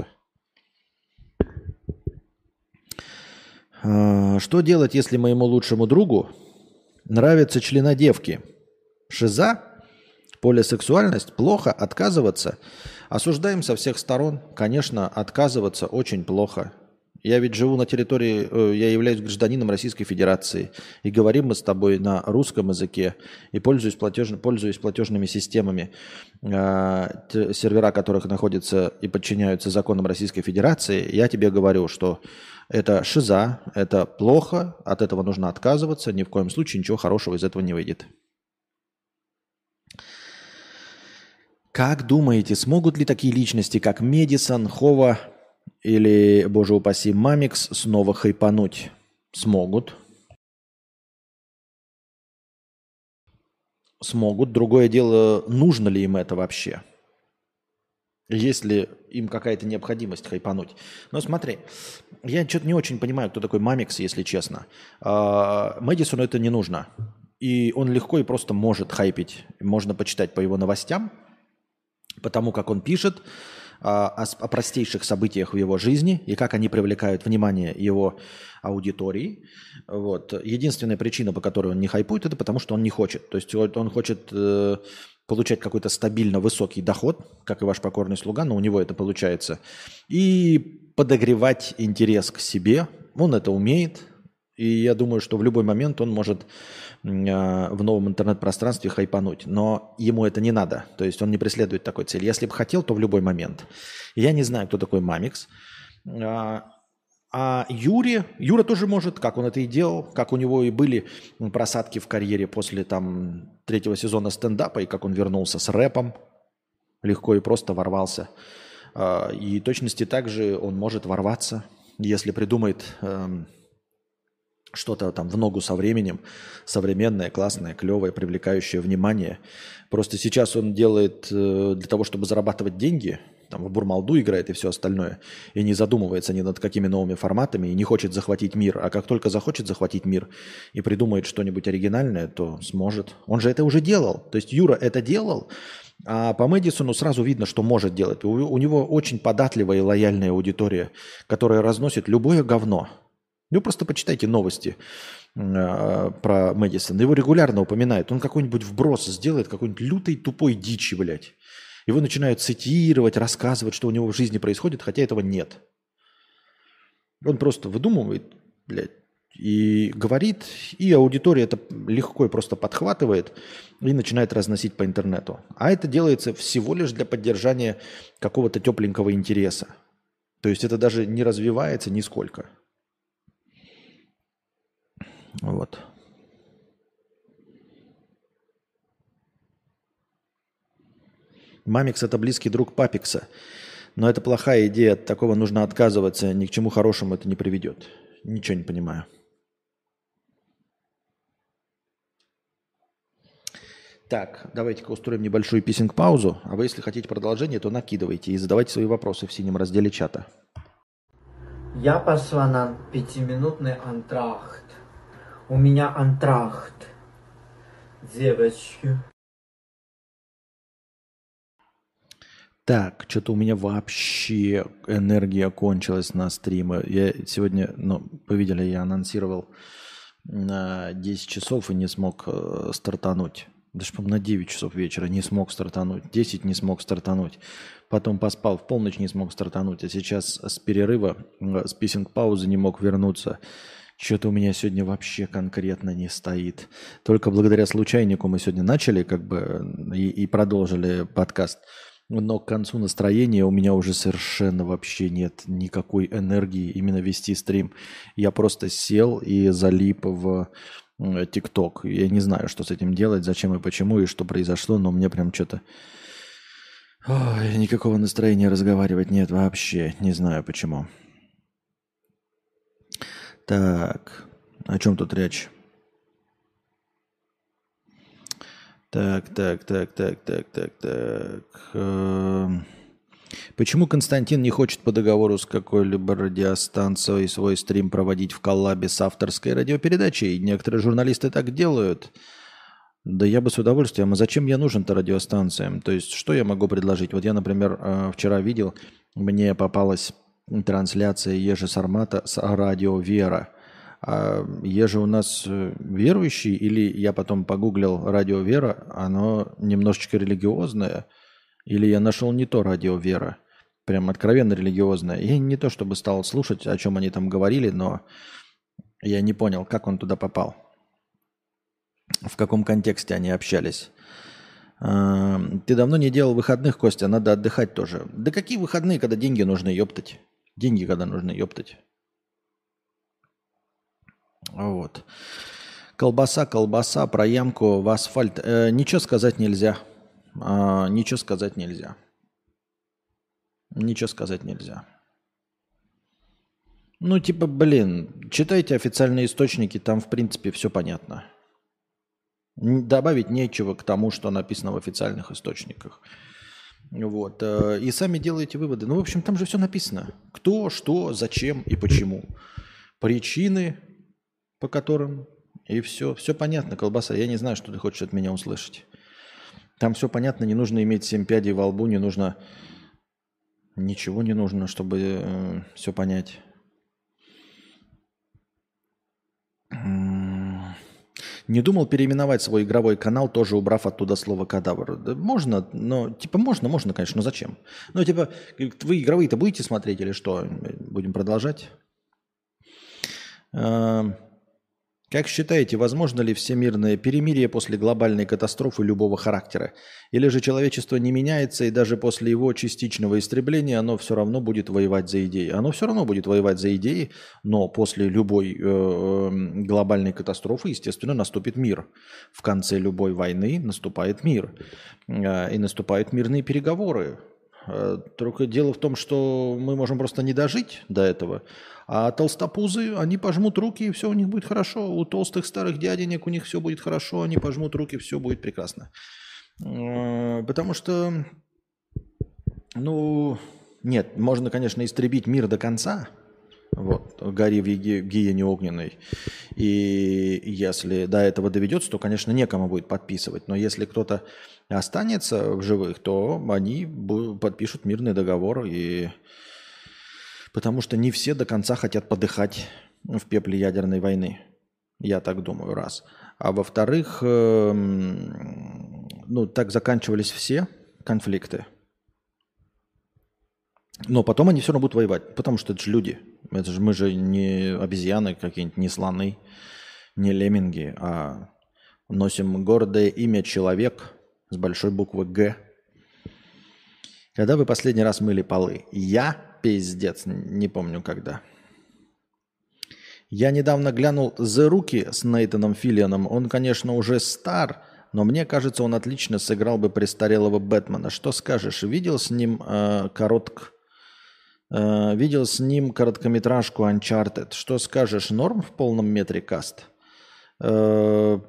Что делать, если моему лучшему другу нравятся членодевки? Шиза? Полисексуальность? Плохо? Отказываться? Осуждаем со всех сторон. Конечно, отказываться очень плохо. Я ведь живу на территории, я являюсь гражданином Российской Федерации. И говорим мы с тобой на русском языке. И пользуюсь платежными системами, сервера которых находятся и подчиняются законам Российской Федерации. Я тебе говорю, что это шиза, это плохо, от этого нужно отказываться. Ни в коем случае ничего хорошего из этого не выйдет. Как думаете, смогут ли такие личности, как Мэдисон, Хова или, боже упаси, Мамикс снова хайпануть? Смогут. Смогут. Другое дело, нужно ли им это вообще? Есть ли им какая-то необходимость хайпануть? Но смотри, я что-то не очень понимаю, кто такой Мамикс, если честно. Мэдисону это не нужно. И он легко и просто может хайпить. Можно почитать по его новостям, потому как он пишет о простейших событиях в его жизни и как они привлекают внимание его аудитории. Вот. Единственная причина, по которой он не хайпует, это потому, что он не хочет. То есть он хочет получать какой-то стабильно высокий доход, как и ваш покорный слуга, но у него это получается, и подогревать интерес к себе. Он это умеет, и я думаю, что в любой момент он может в новом интернет-пространстве хайпануть. Но ему это не надо. То есть он не преследует такой цели. Если бы хотел, то в любой момент. Я не знаю, кто такой Мамикс. А Юра тоже может, как он это и делал, как у него и были просадки в карьере после там 3-го сезона стендапа, и как он вернулся с рэпом, легко и просто ворвался. И точности так же он может ворваться если придумает что-то там в ногу со временем, современное, классное, клевое, привлекающее внимание. Просто сейчас он делает для того, чтобы зарабатывать деньги, там в Бурмалду играет и все остальное, и не задумывается ни над какими новыми форматами, и не хочет захватить мир. А как только захочет захватить мир и придумает что-нибудь оригинальное, то сможет. Он же это уже делал. То есть Юра это делал, а по Мэдисону сразу видно, что может делать. У него очень податливая и лояльная аудитория, которая разносит любое говно. Ну, просто почитайте новости про Мэдисона. Его регулярно упоминают. Он какой-нибудь вброс сделает, какой-нибудь лютой тупой дичи, блядь. Его начинают цитировать, рассказывать, что у него в жизни происходит, хотя этого нет. Он просто выдумывает, блядь, и говорит, и аудитория это легко и просто подхватывает и начинает разносить по интернету. А это делается всего лишь для поддержания какого-то тепленького интереса. То есть это даже не развивается нисколько. Вот. Мамикс – это близкий друг Папикса. Но это плохая идея, от такого нужно отказываться. Ни к чему хорошему это не приведет. Ничего не понимаю. Так, давайте-ка устроим небольшую писинг-паузу. А вы, если хотите продолжение, то накидывайте и задавайте свои вопросы в синем разделе чата. Я пошла на 5-минутный антрахт. У меня антрахт. Девочки. Так, что-то у меня вообще энергия кончилась на стримы. Я сегодня, вы видели, я анонсировал на 10 часов и не смог стартануть. Даже, по-моему, на 9 часов вечера не смог стартануть. 10 не смог стартануть. Потом поспал, в полночь не смог стартануть. А сейчас с перерыва, с писинг-паузы не мог вернуться. Что-то у меня сегодня вообще конкретно не стоит. Только благодаря случайнику мы сегодня начали и продолжили подкаст. Но к концу настроения у меня уже совершенно вообще нет никакой энергии именно вести стрим. Я просто сел и залип в ТикТок. Я не знаю, что с этим делать, зачем и почему, и что произошло, но мне прям что-то... никакого настроения разговаривать нет вообще. Не знаю почему. Так, о чем тут речь? Так. Почему Константин не хочет по договору с какой-либо радиостанцией свой стрим проводить в коллабе с авторской радиопередачей? Некоторые журналисты так делают. Да я бы с удовольствием. А зачем я нужен-то радиостанциям? То есть что я могу предложить? Вот я, например, вчера видел, мне попалась трансляция Ежи Сармата с радио «Вера». А Ежи у нас верующий, или я потом погуглил радио «Вера», оно немножечко религиозное, или я нашел не то радио «Вера», прям откровенно религиозное. Я не то чтобы стал слушать, о чем они там говорили, но я не понял, как он туда попал, в каком контексте они общались. Ты давно не делал выходных, Костя, надо отдыхать тоже. Да какие выходные, когда деньги нужны, ёптать? Деньги, когда нужны, ёптать. Вот. Колбаса, про ямку в асфальт. Ничего сказать нельзя. Ничего сказать нельзя. Ну, типа, читайте официальные источники, там, в принципе, все понятно. Добавить нечего к тому, что написано в официальных источниках. Вот. И сами делаете выводы. Ну, в общем, там же все написано. Кто, что, зачем и почему. Причины, по которым, и все. Все понятно, колбаса. Я не знаю, что ты хочешь от меня услышать. Там все понятно, не нужно иметь 7 пядей во лбу, не нужно... Ничего не нужно, чтобы все понять. Не думал переименовать свой игровой канал, тоже убрав оттуда слово «кадавр». Да можно, можно, конечно, но зачем? Ну, вы игровые-то будете смотреть или что? Будем продолжать? Как считаете, возможно ли всемирное перемирие после глобальной катастрофы любого характера? Или же человечество не меняется, и даже после его частичного истребления оно все равно будет воевать за идеи? Оно все равно будет воевать за идеи, но после любой глобальной катастрофы, естественно, наступит мир. В конце любой войны наступает мир. И наступают мирные переговоры. Только дело в том, что мы можем просто не дожить до этого. А толстопузы, они пожмут руки, и все у них будет хорошо. У толстых старых дяденек у них все будет хорошо, они пожмут руки, все будет прекрасно. Потому что, ну, нет, можно, конечно, истребить мир до конца, вот, гори в гиене огненной. И если до этого доведется, то, конечно, некому будет подписывать. Но если кто-то останется в живых, то они подпишут мирный договор. И... Потому что не все до конца хотят подыхать в пепле ядерной войны. Я так думаю, раз. А во-вторых, ну, так заканчивались все конфликты. Но потом они все равно будут воевать, потому что это же люди. Это же мы же не обезьяны какие-нибудь, не слоны, не лемминги, а носим гордое имя человек с большой буквы «Г». Когда вы последний раз мыли полы? Я пиздец, не помню когда. Я недавно глянул «The Rookie» с Нейтаном Филлионом. Он, конечно, уже стар, но мне кажется, он отлично сыграл бы престарелого Бэтмена. Что скажешь? Видел с ним короткометражку Uncharted. Что скажешь, норм в полном метре каст? Я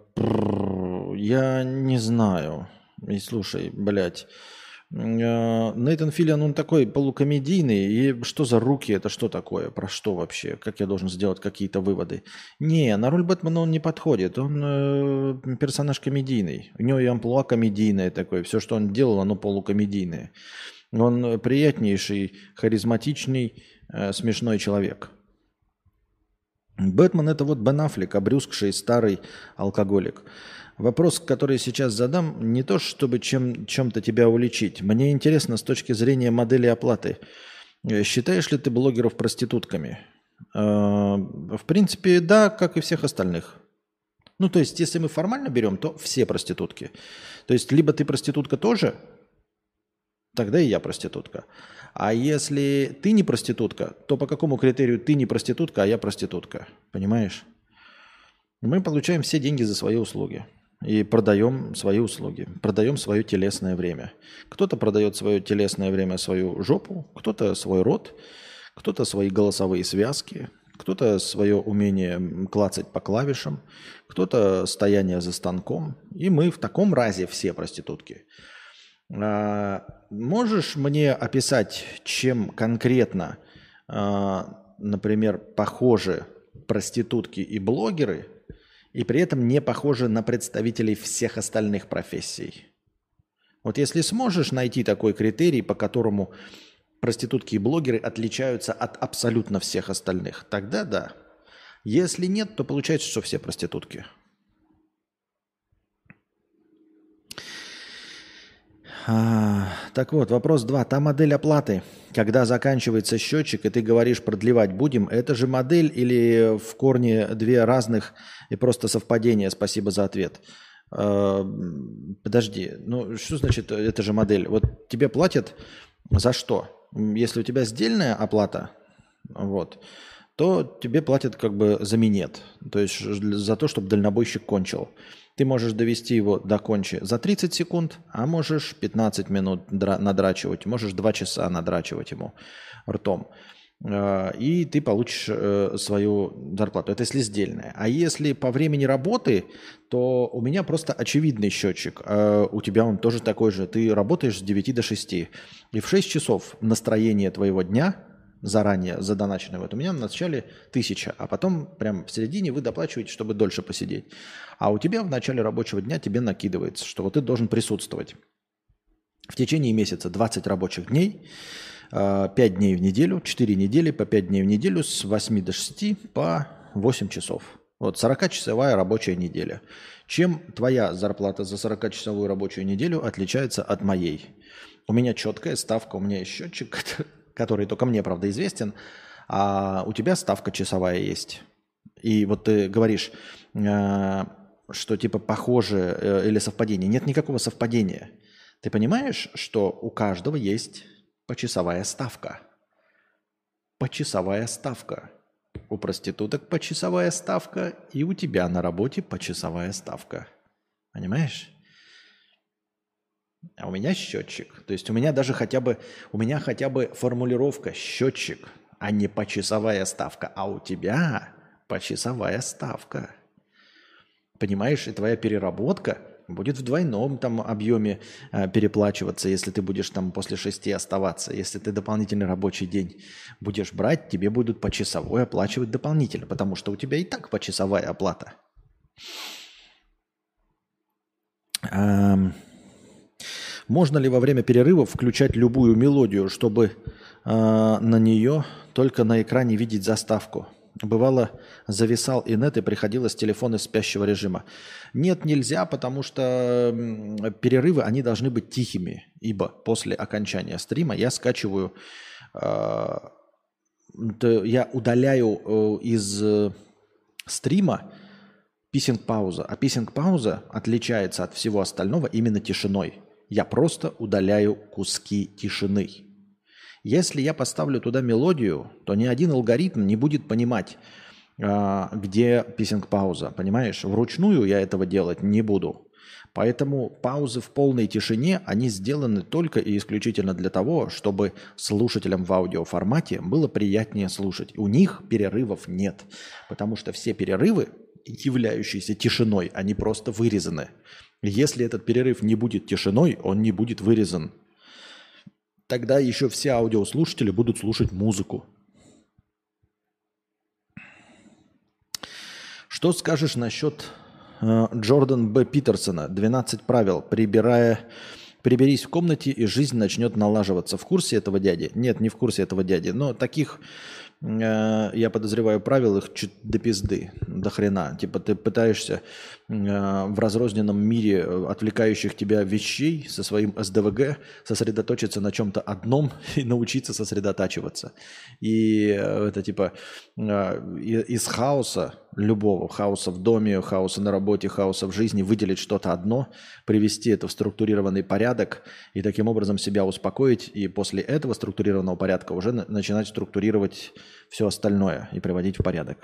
не знаю. И слушай, блядь. Нейтан Филлиан, он такой полукомедийный. И что за руки? Это что такое? Про что вообще? Как я должен сделать какие-то выводы? Не, на роль Бэтмена он не подходит. Он персонаж комедийный. У него и амплуа комедийное такое. Все, что он делал, оно полукомедийное. Он приятнейший, харизматичный, смешной человек. Бэтмен – это вот Бен Аффлек, обрюзгший старый алкоголик. Вопрос, который сейчас задам, не то чтобы чем-то тебя уличить. Мне интересно с точки зрения модели оплаты. Считаешь ли ты блогеров проститутками? В принципе, да, как и всех остальных. Ну, то есть, если мы формально берем, то все проститутки. То есть, либо ты проститутка тоже, тогда и я проститутка. А если ты не проститутка, то по какому критерию ты не проститутка, а я проститутка? Понимаешь? Мы получаем все деньги за свои услуги. И продаем свои услуги. Продаем свое телесное время. Кто-то продает свое телесное время, свою жопу, кто-то свой рот, кто-то свои голосовые связки, кто-то свое умение клацать по клавишам, кто-то стояние за станком. И мы в таком разе все проститутки. Можешь мне описать, чем конкретно, например, похожи проститутки и блогеры, и при этом не похожи на представителей всех остальных профессий? Вот если сможешь найти такой критерий, по которому проститутки и блогеры отличаются от абсолютно всех остальных, тогда да. Если нет, то получается, что все проститутки. Так вот, вопрос 2. Та модель оплаты, когда заканчивается счетчик, и ты говоришь продлевать будем, это же модель или в корне две разных и просто совпадение? Спасибо за ответ. Подожди, ну что значит это же модель? Вот тебе платят за что? Если у тебя сдельная оплата, вот, то тебе платят как бы за минет, то есть за то, чтобы дальнобойщик кончил. Ты можешь довести его до кончи за 30 секунд, а можешь 15 минут надрачивать, можешь 2 часа надрачивать ему ртом. И ты получишь свою зарплату. Это если сдельная. А если по времени работы, то у меня просто очевидный счетчик. У тебя он тоже такой же. Ты работаешь с 9 до 6. И в 6 часов настроение твоего дня заранее задоначенное. Вот у меня в начале 1000, а потом прям в середине вы доплачиваете, чтобы дольше посидеть. А у тебя в начале рабочего дня тебе накидывается, что вот ты должен присутствовать. В течение месяца 20 рабочих дней, 5 дней в неделю, 4 недели по 5 дней в неделю с 8 до 6 по 8 часов. Вот 40-часовая рабочая неделя. Чем твоя зарплата за 40-часовую рабочую неделю отличается от моей? У меня четкая ставка, у меня есть счетчик, который только мне, правда, известен, а у тебя ставка часовая есть. И вот ты говоришь, что типа похоже или совпадение. Нет никакого совпадения. Ты понимаешь, что у каждого есть почасовая ставка? Почасовая ставка. У проституток почасовая ставка, и у тебя на работе почасовая ставка. Понимаешь? А у меня счетчик. То есть у меня хотя бы формулировка счетчик, а не почасовая ставка. А у тебя почасовая ставка. Понимаешь, и твоя переработка будет в двойном там объеме переплачиваться, если ты будешь там после 6 оставаться. Если ты дополнительный рабочий день будешь брать, тебе будут почасовой оплачивать дополнительно, потому что у тебя и так почасовая оплата. Можно ли во время перерывов включать любую мелодию, чтобы на нее только на экране видеть заставку? Бывало, зависал инет и приходилось телефон из спящего режима. Нет, нельзя, потому что перерывы, они должны быть тихими, ибо после окончания стрима я скачиваю, я удаляю из стрима писинг-пауза. А писинг-пауза отличается от всего остального именно тишиной. Я просто удаляю куски тишины. Если я поставлю туда мелодию, то ни один алгоритм не будет понимать, где писинг-пауза. Понимаешь? Вручную я этого делать не буду. Поэтому паузы в полной тишине, они сделаны только и исключительно для того, чтобы слушателям в аудиоформате было приятнее слушать. У них перерывов нет, потому что все перерывы, являющиеся тишиной, они просто вырезаны. Если этот перерыв не будет тишиной, он не будет вырезан. Тогда еще все аудиослушатели будут слушать музыку. Что скажешь насчет Джордан Б. Питерсона? 12 правил. Приберись в комнате, и жизнь начнет налаживаться. В курсе этого дяди? Нет, не в курсе этого дяди. Но таких, я подозреваю, правил их чуть до пизды, до хрена. Типа ты пытаешься в разрозненном мире отвлекающих тебя вещей со своим СДВГ сосредоточиться на чем-то одном и научиться сосредотачиваться. И это типа из хаоса, любого хаоса в доме, хаоса на работе, хаоса в жизни, выделить что-то одно, привести это в структурированный порядок и таким образом себя успокоить, и после этого структурированного порядка уже начинать структурировать все остальное и приводить в порядок.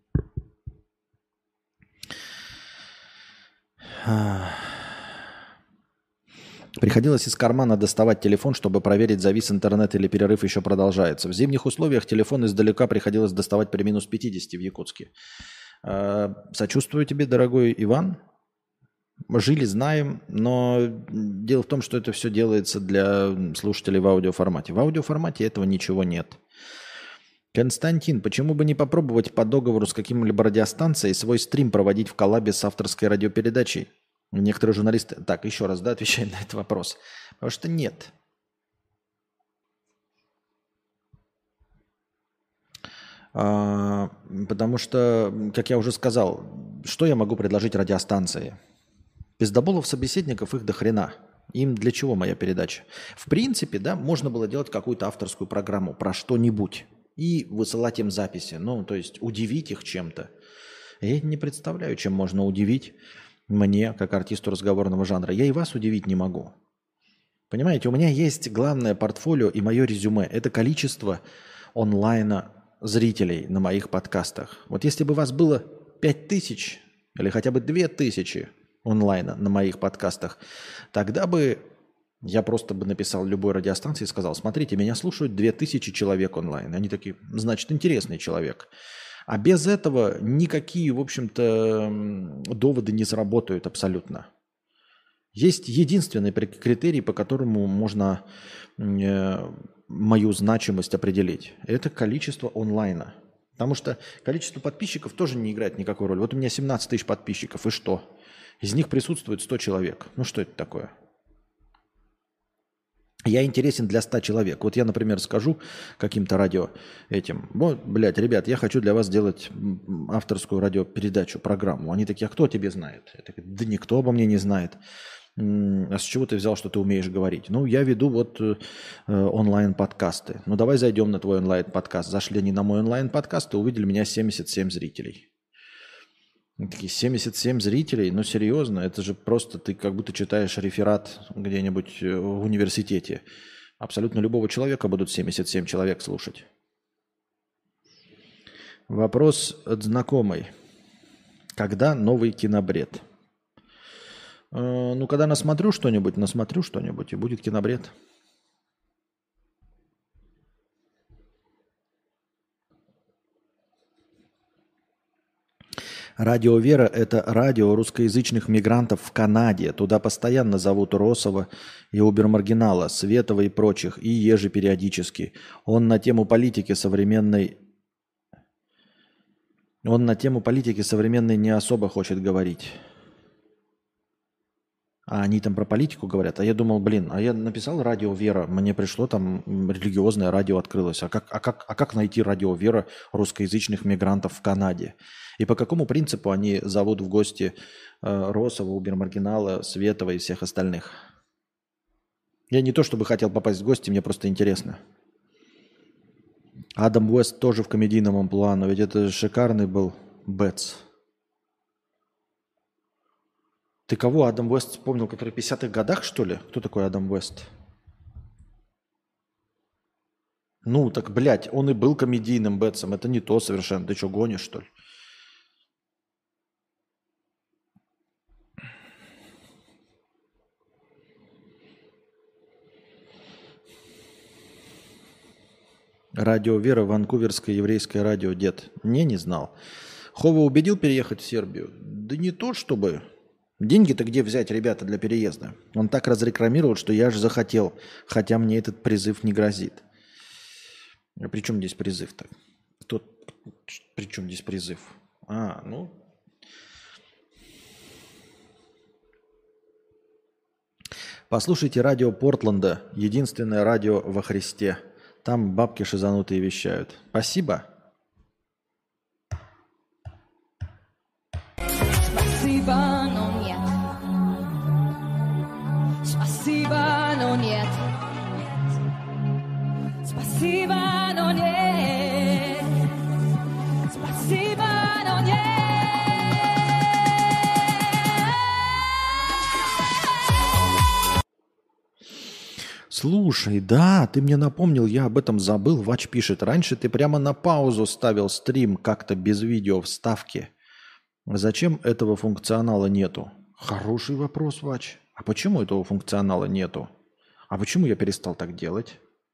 Приходилось из кармана доставать телефон, чтобы проверить, завис интернет или перерыв еще продолжается. В зимних условиях телефон издалека приходилось доставать при минус 50 в Якутске. Сочувствую тебе, дорогой Иван. Жили, знаем, но дело в том, что это все делается для слушателей в аудиоформате. В аудиоформате этого ничего нет. Константин, почему бы не попробовать по договору с каким-либо радиостанцией свой стрим проводить в коллабе с авторской радиопередачей? Некоторые журналисты... Так, еще раз, да, отвечаем на этот вопрос. Потому что нет. Потому что, как я уже сказал, что я могу предложить радиостанции? Пиздоболов собеседников их до хрена. Им для чего моя передача? В принципе, да, можно было делать какую-то авторскую программу про что-нибудь и высылать им записи. Ну, то есть удивить их чем-то. Я не представляю, чем можно удивить мне, как артисту разговорного жанра. Я и вас удивить не могу. Понимаете, у меня есть главное портфолио и мое резюме. Это количество онлайна зрителей на моих подкастах. Вот если бы вас было 5000 или хотя бы 2000 онлайна на моих подкастах, тогда бы я просто бы написал любой радиостанции и сказал: смотрите, меня слушают 2000 человек онлайн. Они такие: значит, интересный человек. А без этого никакие, в общем-то, доводы не сработают абсолютно. Есть единственный критерий, по которому можно мою значимость определить. Это количество онлайна. Потому что количество подписчиков тоже не играет никакой роли. Вот у меня 17 тысяч подписчиков, и что? Из них присутствует 100 человек. Ну что это такое? Я интересен для 100 человек. Вот я, например, скажу каким-то радио этим: вот, блядь, ребят, я хочу для вас сделать авторскую радиопередачу, программу. Они такие: а кто тебе знает? Я такой: да никто обо мне не знает. А с чего ты взял, что ты умеешь говорить? Ну, я веду вот онлайн-подкасты. Ну, давай зайдем на твой онлайн-подкаст. Зашли они на мой онлайн-подкаст и увидели меня 77 зрителей. Такие 77 зрителей, ну серьезно, это же просто ты как будто читаешь реферат где-нибудь в университете. Абсолютно любого человека будут 77 человек слушать. Вопрос от знакомой. Когда новый кинобред? Ну, когда насмотрю что-нибудь, и будет кинобред. Радио Вера – это радио русскоязычных мигрантов в Канаде. Туда постоянно зовут Росова и Убермаргинала, Светова и прочих, и Ежи периодически. Он на тему политики современной не особо хочет говорить. А они там про политику говорят. А я думал, а я написал радио Вера, мне пришло там религиозное радио открылось. А как найти радио Вера русскоязычных мигрантов в Канаде? И по какому принципу они зовут в гости Росова, Убермаргинала, Светова и всех остальных? Я не то чтобы хотел попасть в гости, мне просто интересно. Адам Уэст тоже в комедийном амплуа, но ведь это шикарный был Бэтс. Ты кого Адам Уэст вспомнил, который в 50-х годах, что ли? Кто такой Адам Уэст? Ну, так, блядь, он и был комедийным Бэтсом. Это не то совершенно. Ты что, гонишь, что ли? Радио Вера, ванкуверское еврейское радио, дед. Не знал. Хова убедил переехать в Сербию? Да не то чтобы. Деньги-то где взять, ребята, для переезда? Он так разрекламировал, что я же захотел, хотя мне этот призыв не грозит. А при чем здесь призыв-то? При чем здесь призыв? Послушайте радио Портленда, единственное радио во Христе. Там бабки шизанутые вещают. Спасибо. Спасибо, но нет. Спасибо, но нет. Спасибо, но нет. Спасибо, но нет. Слушай, да, ты мне напомнил, я об этом забыл. Вач пишет, раньше ты прямо на паузу ставил стрим как-то без видео вставки. Зачем этого функционала нету? Хороший вопрос, Вач. А почему этого функционала нету? А почему я перестал так делать?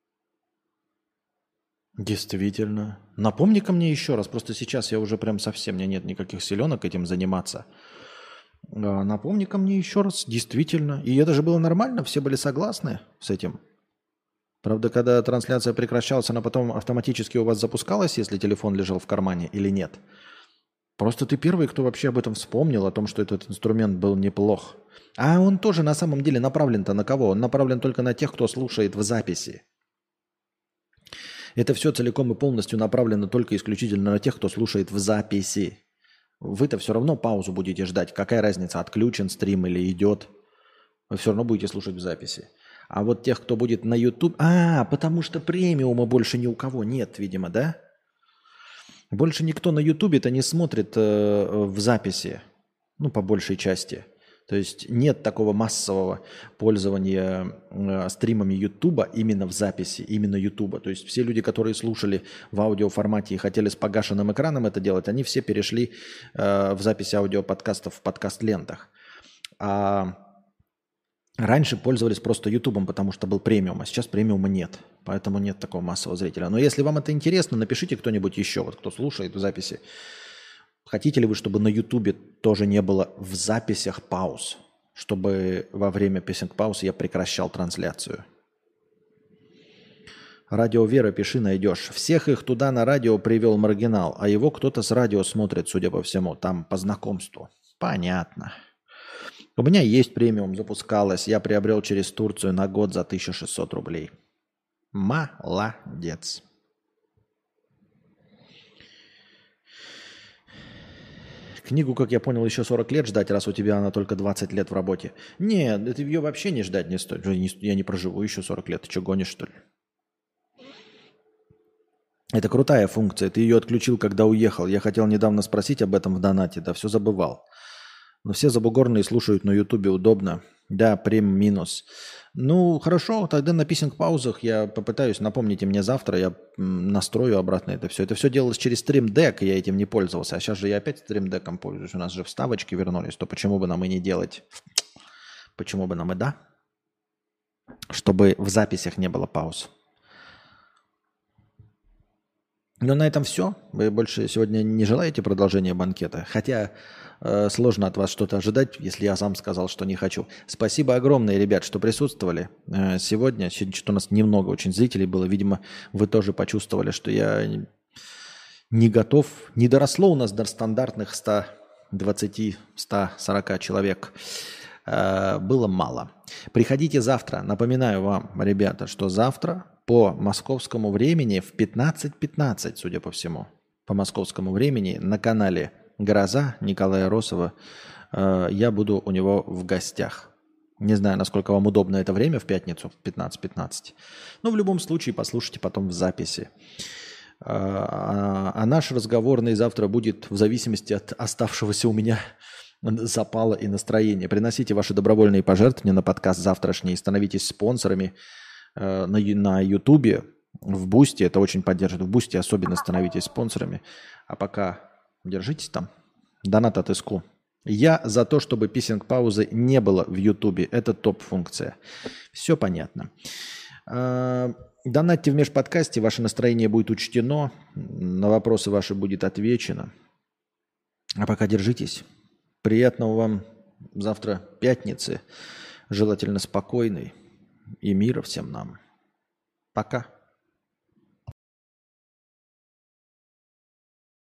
Действительно. Напомни-ка мне еще раз. Просто сейчас я уже прям совсем, у меня нет никаких силенок этим заниматься. Напомни-ка мне еще раз. Действительно. И это же было нормально, все были согласны с этим. Правда, когда трансляция прекращалась, она потом автоматически у вас запускалась, если телефон лежал в кармане или нет? Просто ты первый, кто вообще об этом вспомнил, о том, что этот инструмент был неплох. А он тоже на самом деле направлен-то на кого? Он направлен только на тех, кто слушает в записи. Это все целиком и полностью направлено только исключительно на тех, кто слушает в записи. Вы-то все равно паузу будете ждать. Какая разница, отключен стрим или идет? Вы все равно будете слушать в записи. А вот тех, кто будет на YouTube... потому что премиума больше ни у кого нет, видимо, да? Больше никто на YouTube-то не смотрит в записи. Ну, по большей части. То есть нет такого массового пользования стримами YouTube именно в записи, именно YouTube. То есть все люди, которые слушали в аудиоформате и хотели с погашенным экраном это делать, они все перешли в запись аудиоподкастов в подкаст-лентах. А раньше пользовались просто YouTube, потому что был премиум, а сейчас премиума нет. Поэтому нет такого массового зрителя. Но если вам это интересно, напишите кто-нибудь еще, вот кто слушает в записи. Хотите ли вы, чтобы на Ютубе тоже не было в записях пауз? Чтобы во время песен пауз я прекращал трансляцию. Радио Вера, пиши, найдешь. Всех их туда на радио привел Маргинал, а его кто-то с радио смотрит, судя по всему, там по знакомству. Понятно. У меня есть премиум, запускалось. Я приобрел через Турцию на год за 1600 рублей. Молодец. Книгу, как я понял, еще 40 лет ждать, раз у тебя она только 20 лет в работе. Нет, это ее вообще не ждать не стоит. Я не проживу еще 40 лет. Ты что, гонишь, что ли? Это крутая функция. Ты ее отключил, когда уехал. Я хотел недавно спросить об этом в донате. Да все забывал. Но все забугорные слушают на Ютубе. Удобно. Да, прем минус. Ну, хорошо, тогда на писинг-паузах я попытаюсь, напомните мне завтра, я настрою обратно это все. Это все делалось через Stream Deck, я этим не пользовался. А сейчас же я опять Stream Deck'ом пользуюсь. У нас же вставочки вернулись, то почему бы нам и не делать Почему бы нам и да? Чтобы в записях не было пауз. Но на этом все. Вы больше сегодня не желаете продолжения банкета? Хотя сложно от вас что-то ожидать, если я сам сказал, что не хочу. Спасибо огромное, ребят, что присутствовали сегодня. Сегодня что-то у нас немного очень зрителей было. Видимо, вы тоже почувствовали, что я не готов. Не доросло у нас до стандартных 120-140 человек. Было мало. Приходите завтра. Напоминаю вам, ребята, что завтра по московскому времени в 15:15, судя по всему, по московскому времени на канале «Гроза» Николая Росова я буду у него в гостях. Не знаю, насколько вам удобно это время в пятницу в 15:15. Но в любом случае послушайте потом в записи. А наш разговорный завтра будет в зависимости от оставшегося у меня запала и настроения. Приносите ваши добровольные пожертвования на подкаст завтрашний и становитесь спонсорами на Ютубе, в Бусти. Это очень поддерживает. В Бусти особенно становитесь спонсорами. А пока держитесь там. Донат от СКУ. Я за то, чтобы писинг-паузы не было в Ютубе. Это топ-функция. Все понятно. Донатьте в межподкасте, ваше настроение будет учтено, на вопросы ваши будет отвечено. А пока держитесь. Приятного вам завтра пятницы, желательно спокойной, и мира всем нам. Пока.